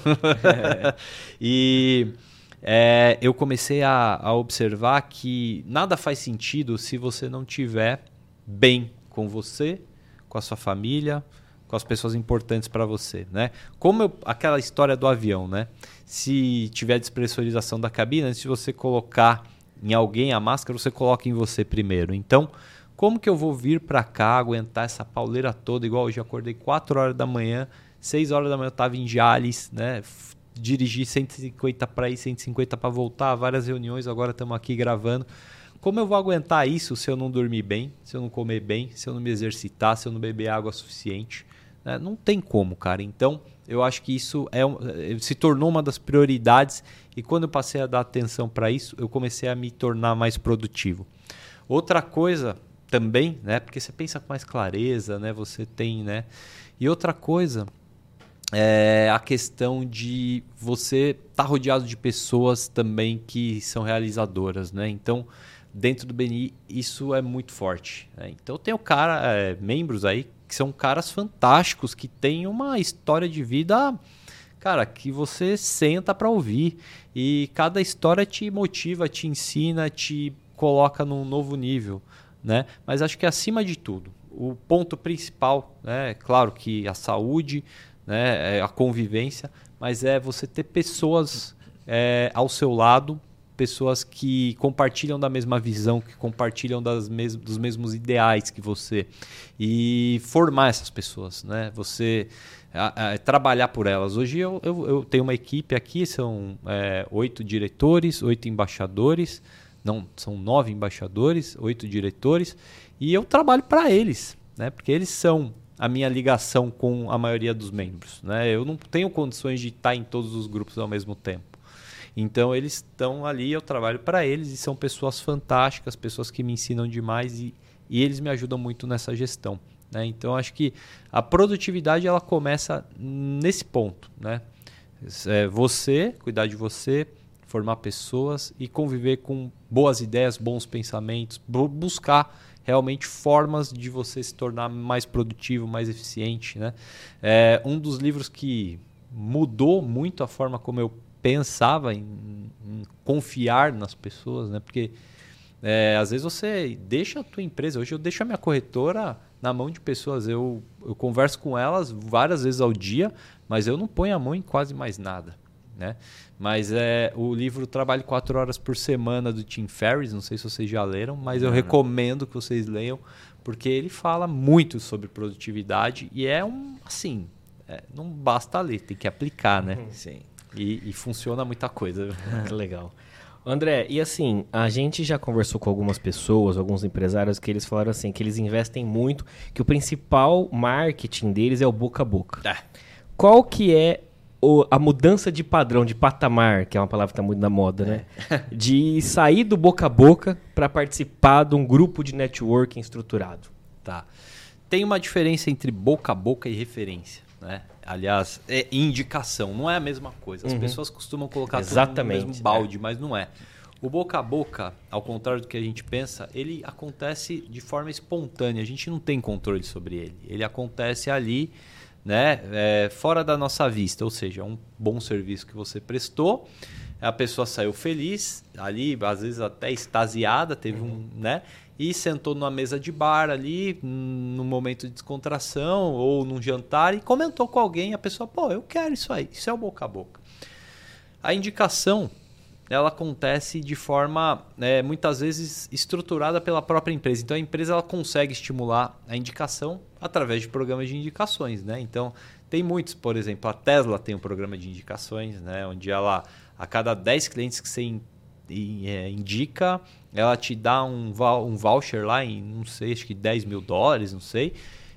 E é, eu comecei a, a observar que nada faz sentido se você não estiver bem com você, com a sua família, com as pessoas importantes para você, né? Como eu, aquela história do avião, né? Se tiver despressurização da cabine, antes de você colocar em alguém a máscara, você coloca em você primeiro. Então... Como que eu vou vir para cá, aguentar essa pauleira toda, igual hoje eu acordei quatro horas da manhã, seis horas da manhã eu estava em Jales, né? Dirigi cento e cinquenta para ir, cento e cinquenta para voltar, várias reuniões, agora estamos aqui gravando. Como eu vou aguentar isso se eu não dormir bem, se eu não comer bem, se eu não me exercitar, se eu não beber água suficiente? Né? Não tem como, cara. Então, eu acho que isso é, se tornou uma das prioridades e quando eu passei a dar atenção para isso, eu comecei a me tornar mais produtivo. Outra coisa... também, né? Porque você pensa com mais clareza, né? Você tem, né? E outra coisa é a questão de você estar tá rodeado de pessoas também que são realizadoras, né? Então, dentro do B N I, isso é muito forte, né? Então, eu tenho cara, é, membros aí que são caras fantásticos, que têm uma história de vida, cara, que você senta para ouvir e cada história te motiva, te ensina, te coloca num novo nível. Né? Mas acho que acima de tudo, o ponto principal, né? Claro que a saúde, né? A convivência, mas é você ter pessoas é, ao seu lado, pessoas que compartilham da mesma visão, que compartilham das mes- dos mesmos ideais que você, e formar essas pessoas, né? Você a, a, trabalhar por elas. Hoje eu, eu, eu tenho uma equipe aqui, são é, oito diretores, oito embaixadores, não, são nove embaixadores, oito diretores, e eu trabalho para eles, né? Porque eles são a minha ligação com a maioria dos membros, né? Eu não tenho condições de estar em todos os grupos ao mesmo tempo. Então eles estão ali, eu trabalho para eles e são pessoas fantásticas, pessoas que me ensinam demais e, e eles me ajudam muito nessa gestão, né? Então acho que a produtividade ela começa nesse ponto, né? É você, cuidar de você, formar pessoas e conviver com boas ideias, bons pensamentos, buscar realmente formas de você se tornar mais produtivo, mais eficiente, né? É um dos livros que mudou muito a forma como eu pensava em, em confiar nas pessoas, né? Porque é, às vezes você deixa a tua empresa, hoje eu deixo a minha corretora na mão de pessoas, eu, eu converso com elas várias vezes ao dia, mas eu não ponho a mão em quase mais nada, né? Mas é, o livro Trabalhe quatro horas por semana do Tim Ferriss, não sei se vocês já leram, mas eu não, recomendo não. que vocês leiam, porque ele fala muito sobre produtividade e é um, assim, é, não basta ler, tem que aplicar, né? Uhum. Sim. E, e funciona muita coisa. Legal. André, e assim, a gente já conversou com algumas pessoas, alguns empresários, que eles falaram assim, que eles investem muito, que o principal marketing deles é o boca a boca. É. Qual que é o, a mudança de padrão, de patamar, que é uma palavra que está muito na moda, né? De sair do boca a boca para participar de um grupo de networking estruturado? Tá. Tem uma diferença entre boca a boca e referência, né? Aliás, é indicação, não é a mesma coisa. As uhum. pessoas costumam colocar Exatamente, tudo no mesmo balde, é. mas não é. O boca a boca, ao contrário do que a gente pensa, ele acontece de forma espontânea. A gente não tem controle sobre ele. Ele acontece ali, né, é, fora da nossa vista. Ou seja, um bom serviço que você prestou, a pessoa saiu feliz, ali, às vezes até extasiada, teve uhum. um, né? E sentou numa mesa de bar ali, num momento de descontração ou num jantar e comentou com alguém, a pessoa, pô, eu quero isso aí, isso é o boca a boca. A indicação, ela acontece de forma, é, muitas vezes, estruturada pela própria empresa. Então, a empresa ela consegue estimular a indicação através de programas de indicações, né? Então, tem muitos, por exemplo, a Tesla tem um programa de indicações, né? Onde ela, a cada dez clientes que você E, é, indica, ela te dá um, um voucher lá em, não sei, acho que dez mil dólares, não sei.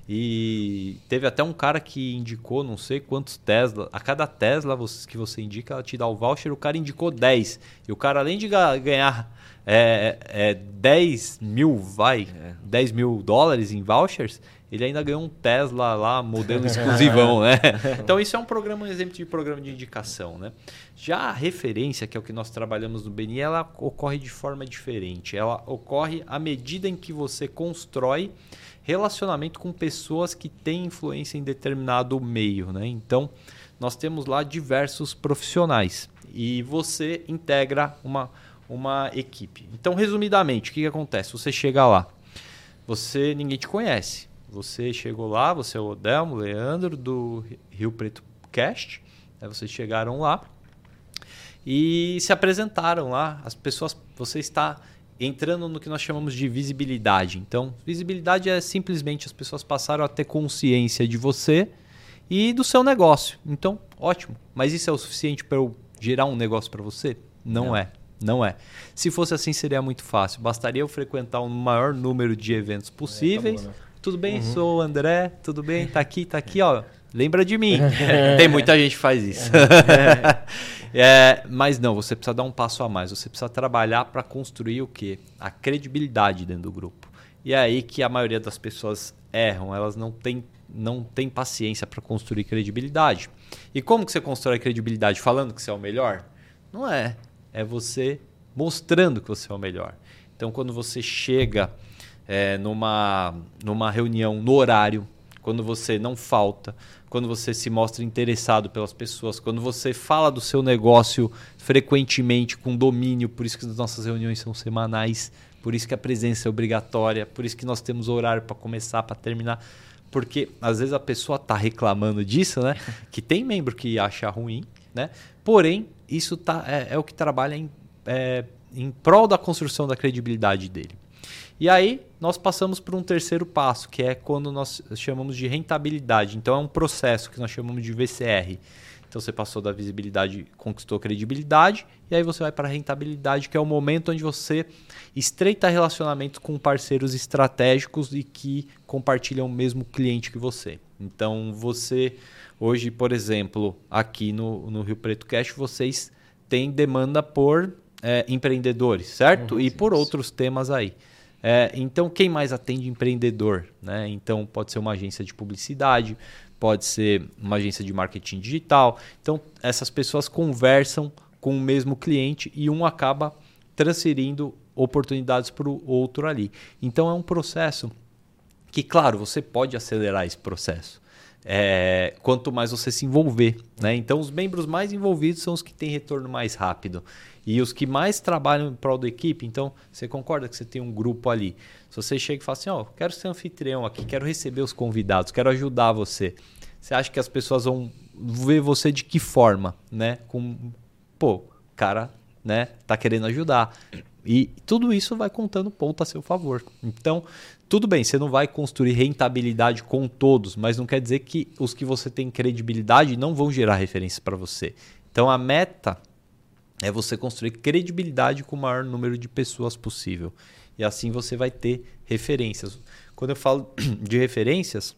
E teve até um cara que indicou, não sei quantos Tesla. A cada Tesla você, que você indica, ela te dá o voucher, o cara indicou dez. E o cara, além de ganhar é, é, dez mil, vai, é. dez mil dólares em vouchers, ele ainda ganhou um Tesla lá, modelo exclusivão, né? Então, isso é um programa, um exemplo de programa de indicação, né? Já a referência, que é o que nós trabalhamos no B N I, ela ocorre de forma diferente. Ela ocorre à medida em que você constrói relacionamento com pessoas que têm influência em determinado meio, né? Então, nós temos lá diversos profissionais e você integra uma, uma equipe. Então, resumidamente, o que, que acontece? Você chega lá, você ninguém te conhece. Você chegou lá, você é o Odelmo, o Leandro, do Rio Preto Cast. Né? Vocês chegaram lá e se apresentaram lá. As pessoas, você está entrando no que nós chamamos de visibilidade. Então, visibilidade é simplesmente as pessoas passaram a ter consciência de você e do seu negócio. Então, ótimo. Mas isso é o suficiente para eu gerar um negócio para você? Não, Não é. Não é. Se fosse assim, seria muito fácil. Bastaria eu frequentar o maior número de eventos possíveis. É, tá bom, né? Tudo bem, uhum. sou o André, tudo bem, tá aqui, tá aqui, ó. Lembra de mim. Tem muita gente que faz isso. É, mas não, você precisa dar um passo a mais. Você precisa trabalhar para construir o quê? A credibilidade dentro do grupo. E é aí que a maioria das pessoas erram. Elas não têm, não têm paciência para construir credibilidade. E como que você constrói credibilidade? Falando que você é o melhor? Não é. É você mostrando que você é o melhor. Então, quando você chega é, numa, numa reunião no horário, quando você não falta, quando você se mostra interessado pelas pessoas, quando você fala do seu negócio frequentemente com domínio, por isso que as nossas reuniões são semanais, por isso que a presença é obrigatória, por isso que nós temos horário para começar, para terminar. Porque às vezes a pessoa está reclamando disso, né? Que tem membro que acha ruim, né? Porém, isso tá, é, é o que trabalha em, é, em prol da construção da credibilidade dele. E aí, nós passamos por um terceiro passo, que é quando nós chamamos de rentabilidade. Então, é um processo que nós chamamos de V C R. Então, você passou da visibilidade, conquistou credibilidade, e aí você vai para a rentabilidade, que é o momento onde você estreita relacionamentos com parceiros estratégicos e que compartilham o mesmo cliente que você. Então, você, hoje, por exemplo, aqui no, no Rio Preto Cash, vocês têm demanda por é, empreendedores, certo? Uhum, e por isso. Outros temas aí. É, então, quem mais atende empreendedor? Né? Então, pode ser uma agência de publicidade, pode ser uma agência de marketing digital. Então, essas pessoas conversam com o mesmo cliente e um acaba transferindo oportunidades para o outro ali. Então, é um processo que, claro, você pode acelerar esse processo. É, quanto mais você se envolver. Né? Então, os membros mais envolvidos são os que têm retorno mais rápido. E os que mais trabalham em prol da equipe, então, você concorda que você tem um grupo ali. Se você chega e fala assim, ó, oh, quero ser anfitrião aqui, quero receber os convidados, quero ajudar você. Você acha que as pessoas vão ver você de que forma? Né? Com, pô, o cara, né, tá querendo ajudar. E tudo isso vai contando ponto a seu favor. Então, tudo bem, você não vai construir rentabilidade com todos, mas não quer dizer que os que você tem credibilidade não vão gerar referências para você. Então, a meta é você construir credibilidade com o maior número de pessoas possível. E assim você vai ter referências. Quando eu falo de referências,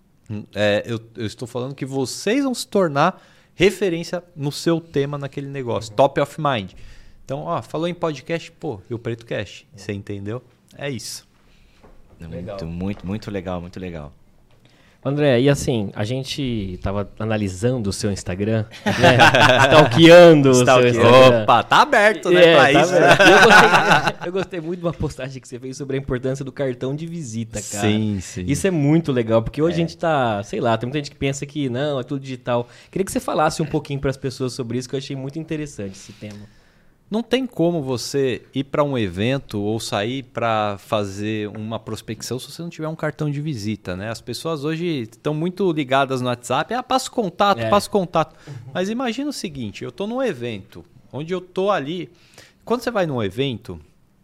é, eu, eu estou falando que vocês vão se tornar referência no seu tema naquele negócio. Top of mind. Então, ó, falou em podcast, pô, Rio Preto Cash. Você entendeu? É isso. Muito, muito, muito legal, muito legal. André, e assim, a gente tava analisando o seu Instagram, né? Stalkeando o seu Instagram. Opa, tá aberto, né, é, pra tá isso. Aberto. Eu, gostei, eu gostei muito de uma postagem que você fez sobre a importância do cartão de visita, cara. Sim, sim. Isso é muito legal, porque hoje É. a gente tá, sei lá, tem muita gente que pensa que não, é tudo digital. Queria que você falasse um pouquinho para as pessoas sobre isso, que eu achei muito interessante esse tema. Não tem como você ir para um evento ou sair para fazer uma prospecção se você não tiver um cartão de visita, né? As pessoas hoje estão muito ligadas no WhatsApp, ah, passa contato, É. passa contato. Mas imagina o seguinte, eu estou num evento, onde eu estou ali... Quando você vai num evento,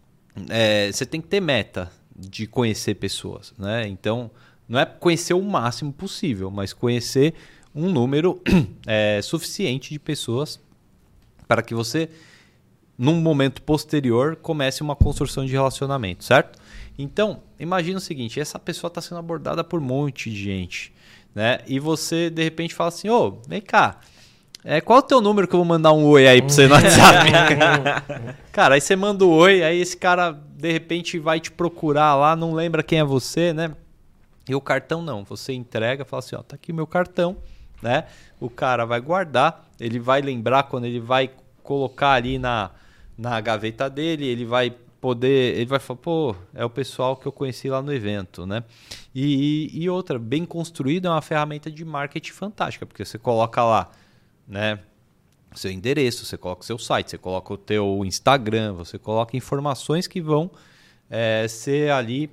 é, você tem que ter meta de conhecer pessoas, né? Então, não é conhecer o máximo possível, mas conhecer um número é, suficiente de pessoas para que você... num momento posterior, comece uma construção de relacionamento, certo? Então, imagina o seguinte, essa pessoa está sendo abordada por um monte de gente, né? E você, de repente, fala assim, ô, vem cá, é, qual é o teu número que eu vou mandar um oi aí pra você no WhatsApp? Cara, aí você manda o oi, aí esse cara, de repente, vai te procurar lá, não lembra quem é você, né? E o cartão não, você entrega, fala assim, ó, tá aqui o meu cartão, né? O cara vai guardar, ele vai lembrar quando ele vai colocar ali na... na gaveta dele, ele vai poder, ele vai falar, pô, é o pessoal que eu conheci lá no evento, né? E, e, e outra, bem construída, é uma ferramenta de marketing fantástica, porque você coloca lá, né, seu endereço, você coloca o seu site, você coloca o teu Instagram, você coloca informações que vão é, ser ali,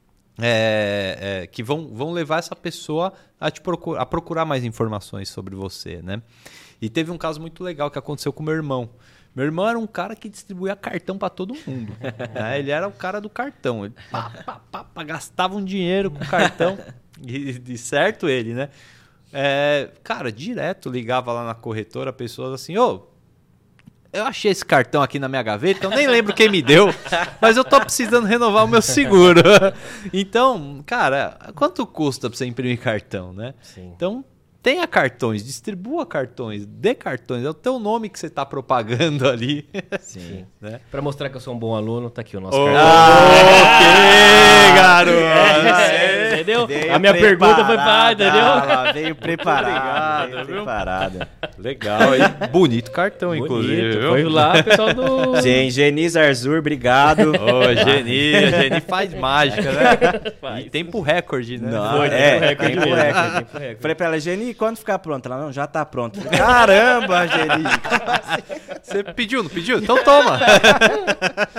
é, é, que vão, vão levar essa pessoa a, te procurar, a procurar mais informações sobre você, né? E teve um caso muito legal que aconteceu com meu irmão. Meu irmão era um cara que distribuía cartão para todo mundo. Né? Ele era o cara do cartão. Ele pá, pá, pá, pá, gastava um dinheiro com cartão. E de certo ele, né? É, cara, direto ligava lá na corretora, pessoas assim, ô, eu achei esse cartão aqui na minha gaveta, eu nem lembro quem me deu, mas eu tô precisando renovar o meu seguro. Então, cara, quanto custa para você imprimir cartão, né? Sim. Então, tenha cartões, distribua cartões, dê cartões. É o teu nome que você está propagando ali. Sim. Né? Para mostrar que eu sou um bom aluno, tá aqui o nosso Oh, cartão. ok, garoto! É, entendeu? Veio A minha pergunta foi pra, entendeu? ela veio preparada, obrigado, veio viu? preparada. Legal, hein? Bonito cartão, inclusive. Bonito. Viu? Foi lá, pessoal do... Gente, Geni Zarzur, obrigado. Ô, Geni, a Geni faz mágica, né? Faz. E tempo recorde, né? Não, Foi, é, tempo recorde tempo mesmo. recorde. Tempo recorde. Falei pra ela, Geni, quando ficar pronto? Ela, não, já tá pronto. Falei, caramba, Geni. Você pediu, não pediu? Então toma. É, por aí.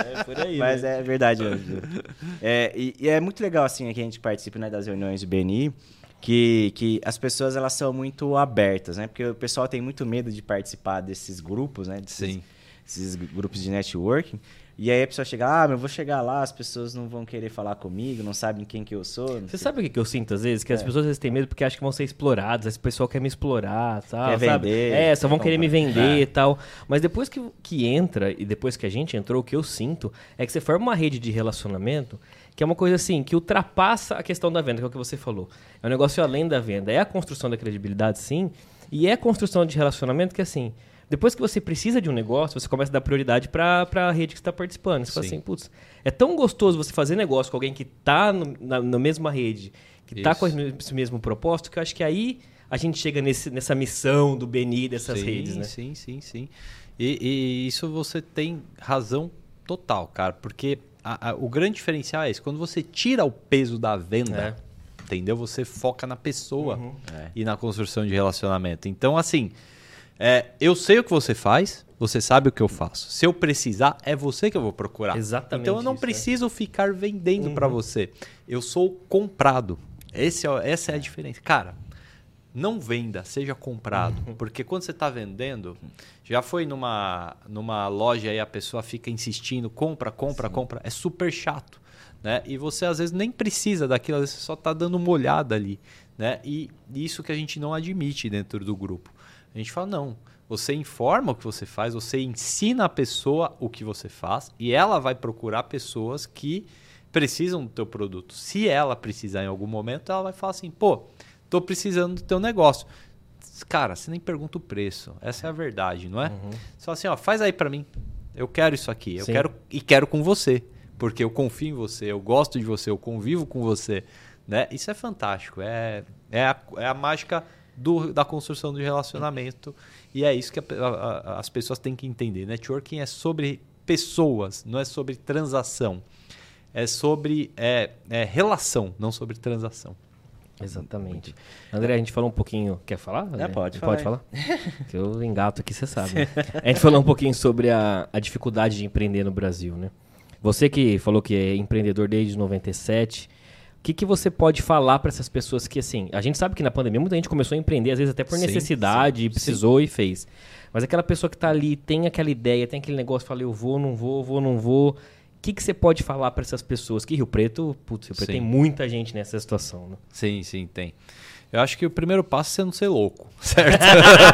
aí, Mas né? é verdade. Ju. É, e, e é muito legal, assim, que a gente participa, né, das reuniões do B N I, que, que as pessoas, elas são muito abertas, né? Porque o pessoal tem muito medo de participar desses grupos, né? Desses, Sim. esses grupos de networking. E aí a pessoa chega, ah, mas eu vou chegar lá, as pessoas não vão querer falar comigo, não sabem quem que eu sou. Não Você sei. sabe o que, que eu sinto às vezes? Que as É. pessoas às vezes têm medo porque acham que vão ser exploradas, esse pessoal quer me explorar, sabe? Quer sabe? vender, É, só vão quer querer me comprar. vender É. e tal. Mas depois que, que entra, e depois que a gente entrou, o que eu sinto é que você forma uma rede de relacionamento que é uma coisa assim, que ultrapassa a questão da venda, que é o que você falou. É um negócio além da venda. É a construção da credibilidade, sim, e é a construção de relacionamento que, assim, depois que você precisa de um negócio, você começa a dar prioridade para a rede que você está participando. Você fala Sim. assim, putz, é tão gostoso você fazer negócio com alguém que está na, na mesma rede, que está com Isso. esse mesmo propósito, que eu acho que aí a gente chega nesse, nessa missão do B N I, dessas sim, redes, né? Sim, sim, sim. E, e isso você tem razão total, cara, porque a- a- o grande diferencial é esse, quando você tira o peso da venda, entendeu? Você foca na pessoa Uhum. É. e na construção de relacionamento. Então, assim, é, eu sei o que você faz, você sabe o que eu faço. Se eu precisar, é você que eu vou procurar. Exatamente Então, eu não isso, é. preciso ficar vendendo Uhum. para você. Eu sou comprado. Esse é, o- essa é a diferença. Cara, não venda, seja comprado. Uhum. Porque quando você está vendendo, já foi numa, numa loja e a pessoa fica insistindo, compra, compra, compra. É super chato. Né? E você às vezes nem precisa daquilo, às vezes você só está dando uma olhada ali. Né? E isso que a gente não admite dentro do grupo. A gente fala, não, você informa o que você faz, você ensina a pessoa o que você faz e ela vai procurar pessoas que precisam do teu produto. Se ela precisar em algum momento, ela vai falar assim, pô, tô precisando do teu negócio. Cara, você nem pergunta o preço. Essa é a verdade, não é? Uhum. Só assim, ó, faz aí para mim. Eu quero isso aqui. Eu Sim. quero e quero com você, porque eu confio em você, eu gosto de você, eu convivo com você, né? Isso é fantástico. É é a, é a mágica do, da construção do relacionamento e é isso que a, a, a, as pessoas têm que entender. Networking é sobre pessoas, não é sobre transação. É sobre é, é relação, não sobre transação. Exatamente. André, a gente falou um pouquinho... Quer falar? André? pode Pode falar. falar? Que eu engato aqui, você sabe. Né? A gente falou um pouquinho sobre a, a dificuldade de empreender no Brasil, né? Você que falou que é empreendedor desde noventa e sete, o que, que você pode falar para essas pessoas que, assim... A gente sabe que na pandemia muita gente começou a empreender, às vezes até por Sim, necessidade, sim, e precisou e fez. Mas aquela pessoa que está ali, tem aquela ideia, tem aquele negócio, fala, eu vou, não vou, vou, não vou... O que, que você pode falar para essas pessoas? Que Rio Preto, putz, Rio Preto Sim. tem muita gente nessa situação, né? Sim, sim, tem. Eu acho que o primeiro passo é você não ser louco, certo?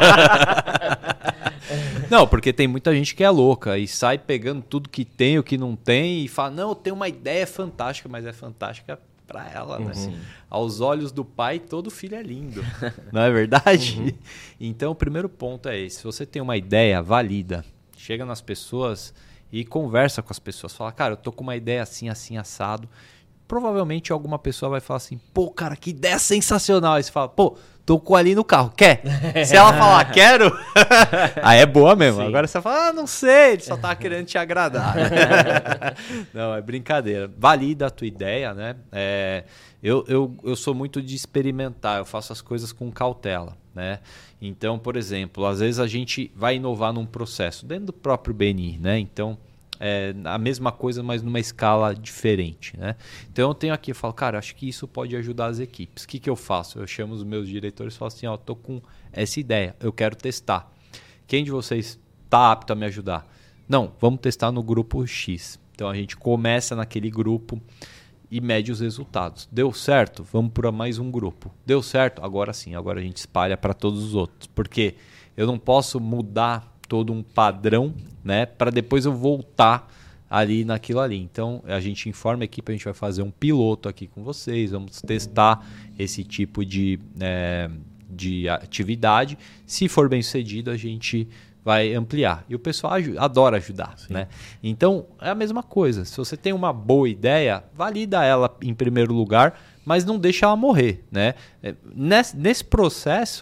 Não, porque tem muita gente que é louca e sai pegando tudo que tem, o que não tem e fala, não, eu tenho uma ideia fantástica, mas é fantástica para ela, né? Uhum. Aos olhos do pai, todo filho é lindo, não é verdade? Uhum. Então, o primeiro ponto é esse. Se você tem uma ideia, valida. Chega nas pessoas e conversa com as pessoas. Fala, cara, eu tô com uma ideia assim, assim, assado. Provavelmente alguma pessoa vai falar assim, pô, cara, que ideia sensacional. Aí você fala, pô, tô com ali no carro, quer? Se ela falar, quero, aí é boa mesmo. Sim. Agora você fala, ah, não sei, ele só tá querendo te agradar. Não, é brincadeira. Valida a tua ideia, né? É, eu, eu, eu sou muito de experimentar, eu faço as coisas com cautela, né? Então, por exemplo, às vezes a gente vai inovar num processo dentro do próprio B N I, né? Então, é a mesma coisa, mas numa escala diferente, né? Então eu tenho aqui, eu falo, cara, acho que isso pode ajudar as equipes. O que, que eu faço? Eu chamo os meus diretores e falo assim, ó, tô com essa ideia, eu quero testar. Quem de vocês tá apto a me ajudar? Não, vamos testar no grupo X. Então a gente começa naquele grupo e mede os resultados. Deu certo? Vamos para mais um grupo. Deu certo? Agora sim, agora a gente espalha para todos os outros. Porque eu não posso mudar todo um padrão, né, para depois eu voltar ali naquilo ali. Então, a gente informa a equipe, a gente vai fazer um piloto aqui com vocês, vamos testar esse tipo de, é, de atividade. Se for bem sucedido, a gente vai ampliar. E o pessoal aju- adora ajudar, né? Então, é a mesma coisa. Se você tem uma boa ideia, valida ela em primeiro lugar, mas não deixa ela morrer, né? É, Nesse, nesse processo,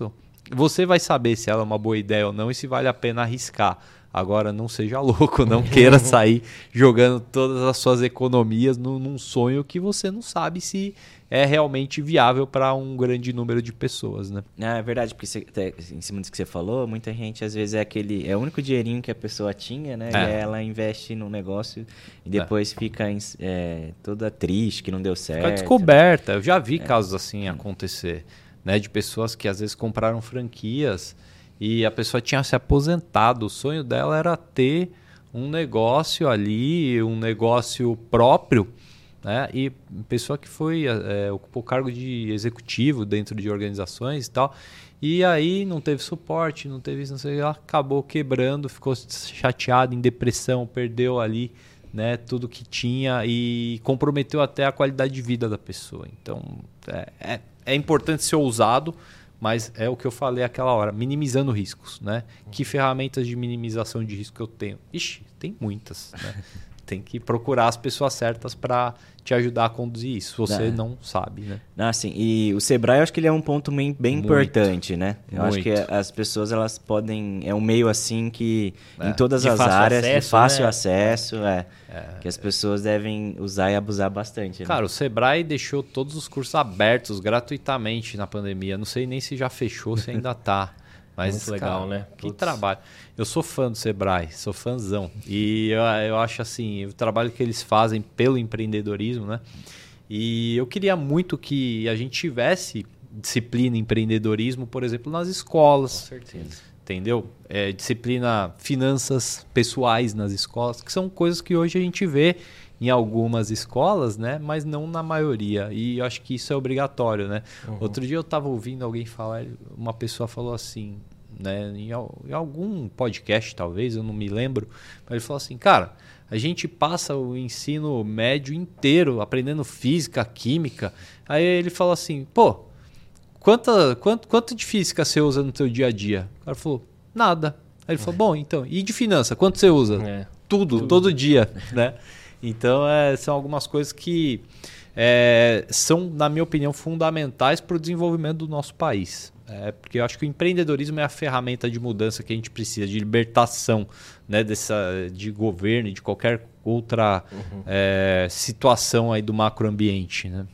você vai saber se ela é uma boa ideia ou não e se vale a pena arriscar. Agora, não seja louco, não queira sair jogando todas as suas economias num, num sonho que você não sabe se é realmente viável para um grande número de pessoas, né? É verdade, porque você, até em cima disso que você falou, muita gente às vezes é aquele, é o único dinheirinho que a pessoa tinha, né? É. E aí ela investe num negócio e depois é. fica é, toda triste, que não deu certo. Fica descoberta. Eu já vi é. casos assim acontecer, né? De pessoas que às vezes compraram franquias e a pessoa tinha se aposentado. O sonho dela era ter um negócio ali, um negócio próprio, né? E pessoa que foi é, ocupou cargo de executivo dentro de organizações e tal. E aí não teve suporte, não teve isso, não sei, ela acabou quebrando, ficou chateada, em depressão, perdeu ali, né, tudo que tinha e comprometeu até a qualidade de vida da pessoa. Então é, é, é importante ser ousado, mas é o que eu falei aquela hora, minimizando riscos, né? Que ferramentas de minimização de risco eu tenho? Ixi, tem muitas, né? Tem que procurar as pessoas certas para te ajudar a conduzir isso, se você não, não sabe, né? Ah, sim. E o Sebrae, eu acho que ele é um ponto bem, bem importante, né? Eu Muito. acho que as pessoas, elas podem... É um meio, assim, que É. em todas De as fácil áreas, acesso, de fácil né? acesso, é, É. que as pessoas devem usar e abusar bastante, né? Cara, o Sebrae deixou todos os cursos abertos gratuitamente na pandemia. Não sei nem se já fechou, se ainda tá. Mas, Muito legal, cara, né? Que Putz. trabalho. Eu sou fã do Sebrae, sou fãzão. E eu, eu acho assim, o trabalho que eles fazem pelo empreendedorismo, né? E eu queria muito que a gente tivesse disciplina em empreendedorismo, por exemplo, nas escolas. Com certeza. Entendeu? É, disciplina finanças pessoais nas escolas, que são coisas que hoje a gente vê em algumas escolas, né? Mas não na maioria. E eu acho que isso é obrigatório, né? Uhum. Outro dia eu estava ouvindo alguém falar, uma pessoa falou assim, né? Em, em algum podcast, talvez, eu não me lembro, mas ele falou assim, cara, a gente passa o ensino médio inteiro aprendendo física, química. Aí ele falou assim, pô, quanta, quanto, quanto de física você usa no teu dia a dia? O cara falou, nada. Aí ele falou, bom, então, e de finança, quanto você usa? É. Tudo, Tudo, todo dia, né? Então, é, são algumas coisas que é, são, na minha opinião, fundamentais para o desenvolvimento do nosso país. É, porque eu acho que o empreendedorismo é a ferramenta de mudança que a gente precisa, de libertação, né, dessa, de governo e de qualquer outra uhum. é, situação aí do macroambiente, né?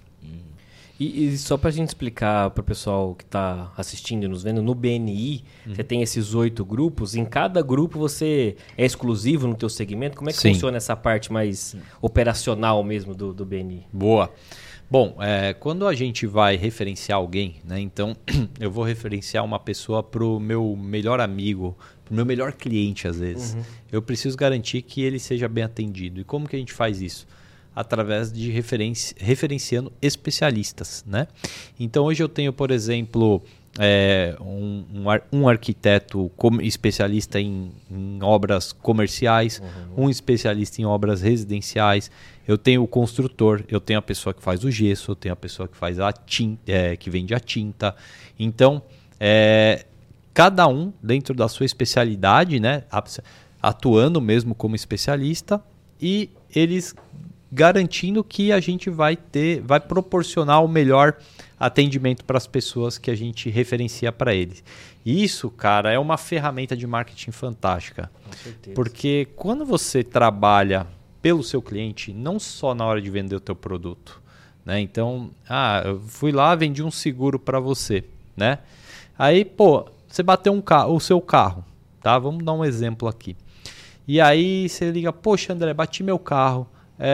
E, e só para a gente explicar para o pessoal que está assistindo e nos vendo, no B N I uhum. você tem esses oito grupos. Em cada grupo você é exclusivo no teu segmento. Como é que Sim. funciona essa parte mais operacional mesmo do, do B N I? Boa. Bom, é, quando a gente vai referenciar alguém, né, então eu vou referenciar uma pessoa para o meu melhor amigo, para o meu melhor cliente às vezes. Uhum. Eu preciso garantir que ele seja bem atendido. E como que a gente faz isso? Através de referenci... referenciando especialistas, né? Então hoje eu tenho, por exemplo, é, um, um, ar... um arquiteto com... especialista em, em obras comerciais, uhum. um especialista em obras residenciais, eu tenho o construtor, eu tenho a pessoa que faz o gesso, eu tenho a pessoa que faz a tinta, é, que vende a tinta. Então, é, cada um dentro da sua especialidade, né? Atuando mesmo como especialista, e eles garantindo que a gente vai ter, vai proporcionar o melhor atendimento para as pessoas que a gente referencia para eles. E isso, cara, é uma ferramenta de marketing fantástica. Com certeza. Porque quando você trabalha pelo seu cliente, não só na hora de vender o teu produto, né? Então, ah, eu fui lá, vendi um seguro para você, né? Aí, pô, você bateu um carro, o seu carro, tá? Vamos dar um exemplo aqui. E aí você liga, poxa, André, bati meu carro.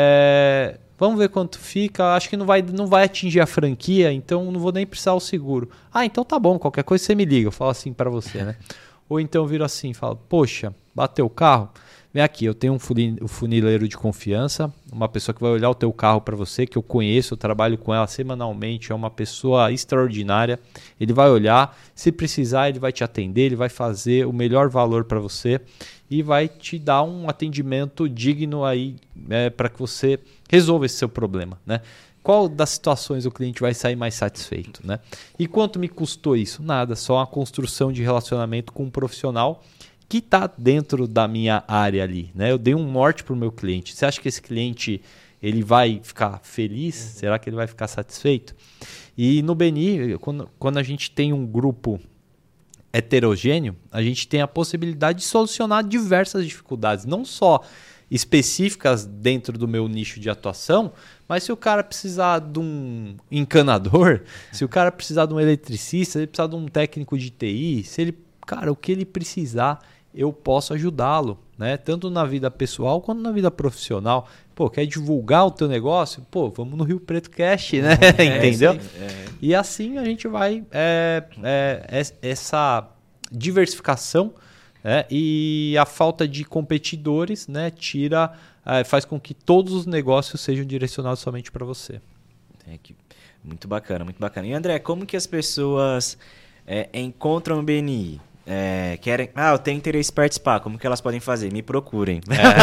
É, vamos ver quanto fica, acho que não vai, não vai atingir a franquia, então não vou nem precisar o seguro. Ah, então tá bom, qualquer coisa você me liga, eu falo assim para você, né? Ou então eu viro assim, falo, poxa, bateu o carro? Vem aqui, eu tenho um funileiro de confiança, uma pessoa que vai olhar o teu carro para você, que eu conheço, eu trabalho com ela semanalmente, é uma pessoa extraordinária. Ele vai olhar, se precisar ele vai te atender, ele vai fazer o melhor valor para você e vai te dar um atendimento digno aí, é, para que você resolva esse seu problema, né? Qual das situações o cliente vai sair mais satisfeito, né? E quanto me custou isso? Nada, só a construção de relacionamento com um profissional que está dentro da minha área ali, né? Eu dei um norte para o meu cliente. Você acha que esse cliente ele vai ficar feliz? Uhum. Será que ele vai ficar satisfeito? E no B N I, quando, quando a gente tem um grupo heterogêneo, a gente tem a possibilidade de solucionar diversas dificuldades, não só específicas dentro do meu nicho de atuação, mas se o cara precisar de um encanador, se o cara precisar de um eletricista, se ele precisar de um técnico de T I, se ele, cara, o que ele precisar, eu posso ajudá-lo, né? Tanto na vida pessoal quanto na vida profissional. Pô, quer divulgar o teu negócio? Pô, vamos no Rio Preto Cast, né? É, entendeu? É. E assim a gente vai é, é, essa diversificação, né? E a falta de competidores, né? Tira, é, faz com que todos os negócios sejam direcionados somente para você. É que, muito bacana, muito bacana. E André, como que as pessoas é, encontram o B N I? É, querem, ah, eu tenho interesse em participar, como que elas podem fazer? Me procurem.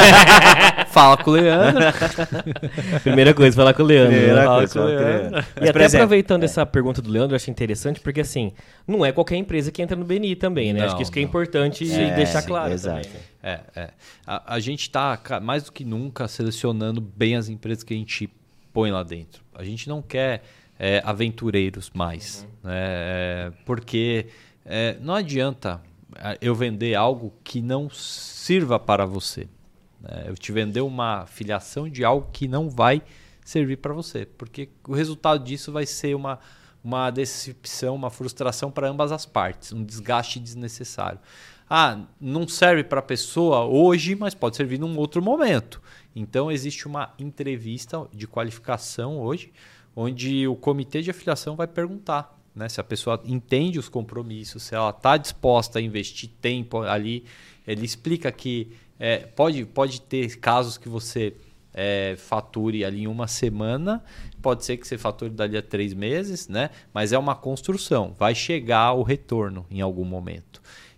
É. Fala com o Leandro. Primeira coisa, falar com o Leandro. Primeira Fala coisa, com o fala com o Leandro. Leandro. E Mas, até por exemplo, aproveitando é. essa pergunta do Leandro, eu acho interessante, porque assim, não é qualquer empresa que entra no B N I também, né? Não, acho que isso que é não. importante É, deixar sim, claro exato. também. Né? É, é. A, a gente está mais do que nunca selecionando bem as empresas que a gente põe lá dentro. A gente não quer é, aventureiros mais, uhum. né? É, porque é, não adianta eu vender algo que não sirva para você. Né? Eu te vender uma filiação de algo que não vai servir para você, porque o resultado disso vai ser uma, uma decepção, uma frustração para ambas as partes, um desgaste desnecessário. Ah, não serve para a pessoa hoje, mas pode servir num outro momento. Então, existe uma entrevista de qualificação hoje, onde o comitê de afiliação vai perguntar, né, se a pessoa entende os compromissos, se ela está disposta a investir tempo ali. Ele explica que é, pode, pode ter casos que você é, fature ali em uma semana, pode ser que você fature dali a três meses, né, mas é uma construção, vai chegar o retorno em algum momento.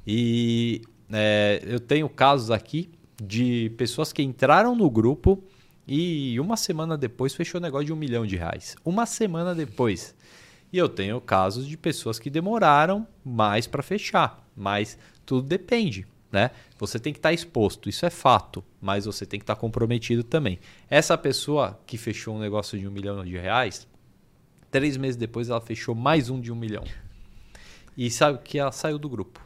E é, eu tenho casos aqui de pessoas que entraram no grupo e uma semana depois fechou o negócio de um milhão de reais. Uma semana depois. E eu tenho casos de pessoas que demoraram mais para fechar, mas tudo depende, né? Você tem que estar exposto, isso é fato, mas você tem que estar comprometido também. Essa pessoa que fechou um negócio de um milhão de reais, três meses depois ela fechou mais um de um milhão. E sabe que ela saiu do grupo.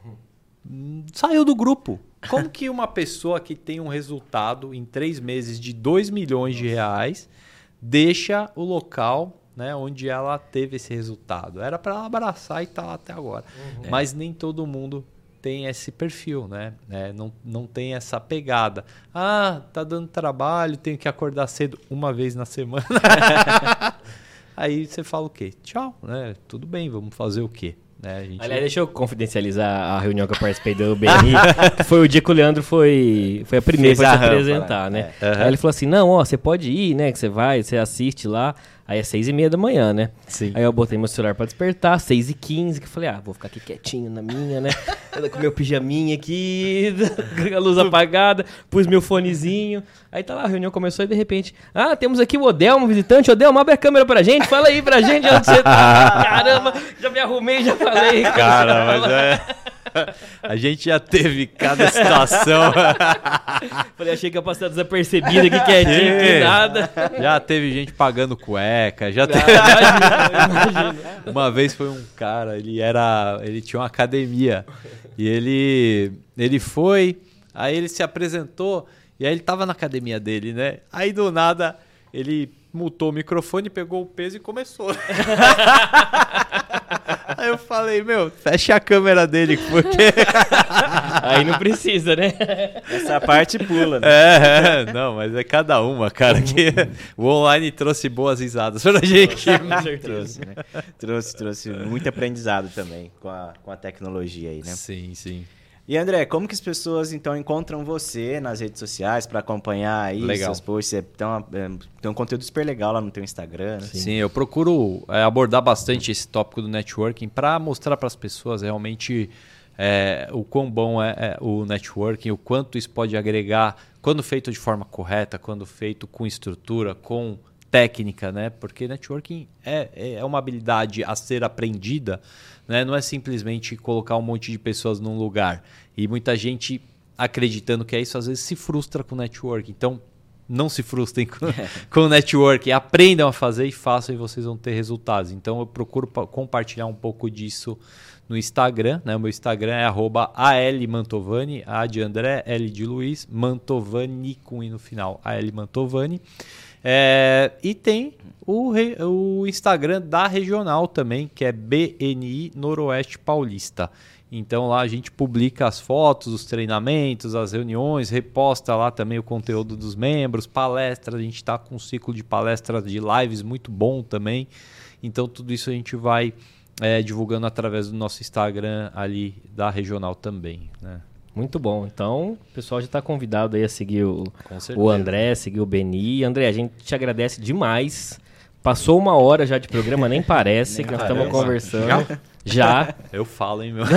Uhum. Saiu do grupo. Como que uma pessoa que tem um resultado em três meses de dois milhões de reais deixa o local, né, onde ela teve esse resultado? Era para ela abraçar e estar tá lá até agora. Uhum. Mas nem todo mundo tem esse perfil, né? É, não, não tem essa pegada. Ah, tá dando trabalho, tenho que acordar cedo uma vez na semana. Aí você fala o quê? Tchau, né? Tudo bem, vamos fazer o quê? Né, a gente... Aliás, deixa eu confidencializar a reunião que eu participei do B N I. Foi o dia que o Leandro foi, foi a primeira para se apresentar, né? É. Uhum. Aí ele falou assim, não, ó, você pode ir, né? Que você vai, você assiste lá. Aí é seis e meia da manhã, né? Sim. Aí eu botei meu celular pra despertar, seis e quinze, que eu falei, ah, vou ficar aqui quietinho na minha, né? Com meu pijaminha aqui, com a luz apagada, pus meu fonezinho. Aí tá lá, a reunião começou e de repente, ah, temos aqui o Odelmo, visitante. Odelmo, abre a câmera pra gente, fala aí pra gente onde você tá. Caramba, já me arrumei, já falei. Cara, mas é... A gente já teve cada situação. Falei, achei que ia passar desapercebido aqui quietinho, que nada. Já teve gente pagando cueca, já teve... Imagina, imagina. Uma vez foi um cara, ele era, ele tinha uma academia e ele, ele foi, aí ele se apresentou e aí ele tava na academia dele, né? Aí do nada ele mutou o microfone, pegou o peso e começou. Aí eu falei, meu, fecha a câmera dele, porque... Aí não precisa, né? Essa parte pula, né? É, não, mas é cada uma, cara, que o online trouxe boas risadas pra gente. Com certeza. Trouxe, né? Trouxe, trouxe muito aprendizado também com a, com a tecnologia aí, né? Sim, sim. E André, como que as pessoas então encontram você nas redes sociais para acompanhar aí legal. seus posts? Você tem, uma, tem um conteúdo super legal lá no teu Instagram, né? Sim, Sim eu procuro é, abordar bastante esse tópico do networking para mostrar para as pessoas realmente é, o quão bom é, é o networking, o quanto isso pode agregar, quando feito de forma correta, quando feito com estrutura, com técnica, né? Porque networking é, é uma habilidade a ser aprendida, né? Não é simplesmente colocar um monte de pessoas num lugar. E muita gente acreditando que é isso, às vezes se frustra com o networking. Então, não se frustrem com, com o networking. Aprendam a fazer e façam e vocês vão ter resultados. Então, eu procuro compartilhar um pouco disso no Instagram, né? O meu Instagram é arroba almantovani, A de André, L de Luiz, Mantovani com I no final, almantovani. É, e tem o, re, o Instagram da Regional também, que é B N I Noroeste Paulista. Então lá a gente publica as fotos, os treinamentos, as reuniões, reposta lá também o conteúdo dos membros, palestras, a gente está com um ciclo de palestras, de lives muito bom também. Então tudo isso a gente vai é, divulgando através do nosso Instagram ali da Regional também, né? Muito bom. Então, o pessoal já está convidado aí a seguir o, o André, seguir o Beni. André, a gente te agradece demais. Passou uma hora já de programa, nem parece nem que nós estamos conversando. Já? Já. Eu falo, hein, meu? Não,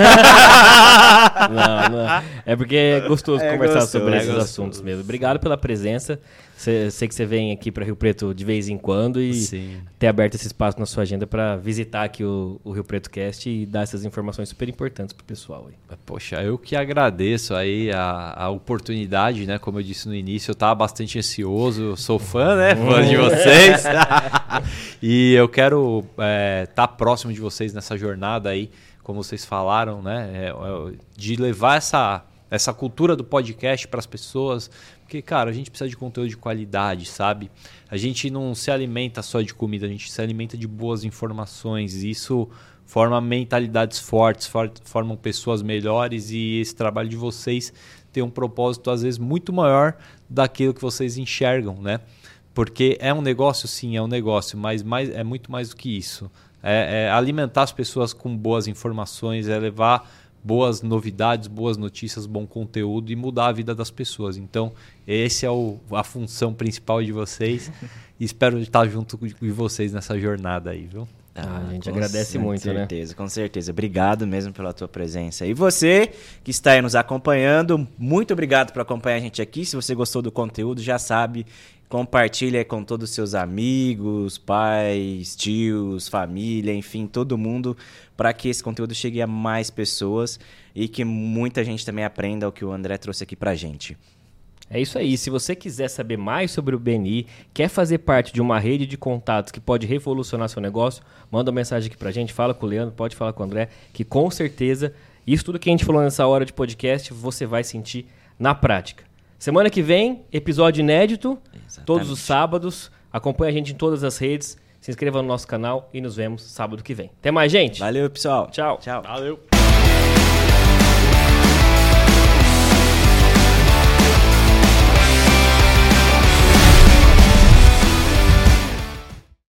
não. É porque é gostoso é conversar gostoso, sobre é esses gostoso. assuntos mesmo. Obrigado pela presença. Cê, sei que você vem aqui para Rio Preto de vez em quando e Sim. ter aberto esse espaço na sua agenda para visitar aqui o, o Rio Preto Cast e dar essas informações super importantes pro pessoal aí. Poxa, eu que agradeço aí a, a oportunidade, né? Como eu disse no início, eu estava bastante ansioso, eu sou fã, né? Fã de vocês. E eu quero estar é, tá próximo de vocês nessa jornada aí, como vocês falaram, né? É, é, de levar essa, essa cultura do podcast para as pessoas. Porque, cara, a gente precisa de conteúdo de qualidade, sabe? A gente não se alimenta só de comida, a gente se alimenta de boas informações. E isso forma mentalidades fortes, for, formam pessoas melhores e esse trabalho de vocês tem um propósito, às vezes, muito maior daquilo que vocês enxergam, né? Porque é um negócio, sim, é um negócio, mas mais, é muito mais do que isso. É, é alimentar as pessoas com boas informações, é levar boas novidades, boas notícias, bom conteúdo e mudar a vida das pessoas. Então, essa é o, a função principal de vocês e espero estar junto de vocês nessa jornada aí, viu? Ah, a gente agradece muito, né? Com certeza, com certeza. Obrigado mesmo pela tua presença. E você que está aí nos acompanhando, muito obrigado por acompanhar a gente aqui. Se você gostou do conteúdo, já sabe, compartilha com todos os seus amigos, pais, tios, família, enfim, todo mundo, para que esse conteúdo chegue a mais pessoas e que muita gente também aprenda o que o André trouxe aqui pra gente. É isso aí. Se você quiser saber mais sobre o Beni, quer fazer parte de uma rede de contatos que pode revolucionar seu negócio, manda uma mensagem aqui pra gente, fala com o Leandro, pode falar com o André, que com certeza isso tudo que a gente falou nessa hora de podcast, você vai sentir na prática. Semana que vem, episódio inédito, Exatamente. Todos os sábados. Acompanhe a gente em todas as redes, se inscreva no nosso canal e nos vemos sábado que vem. Até mais, gente! Valeu, pessoal! Tchau! Tchau! Valeu!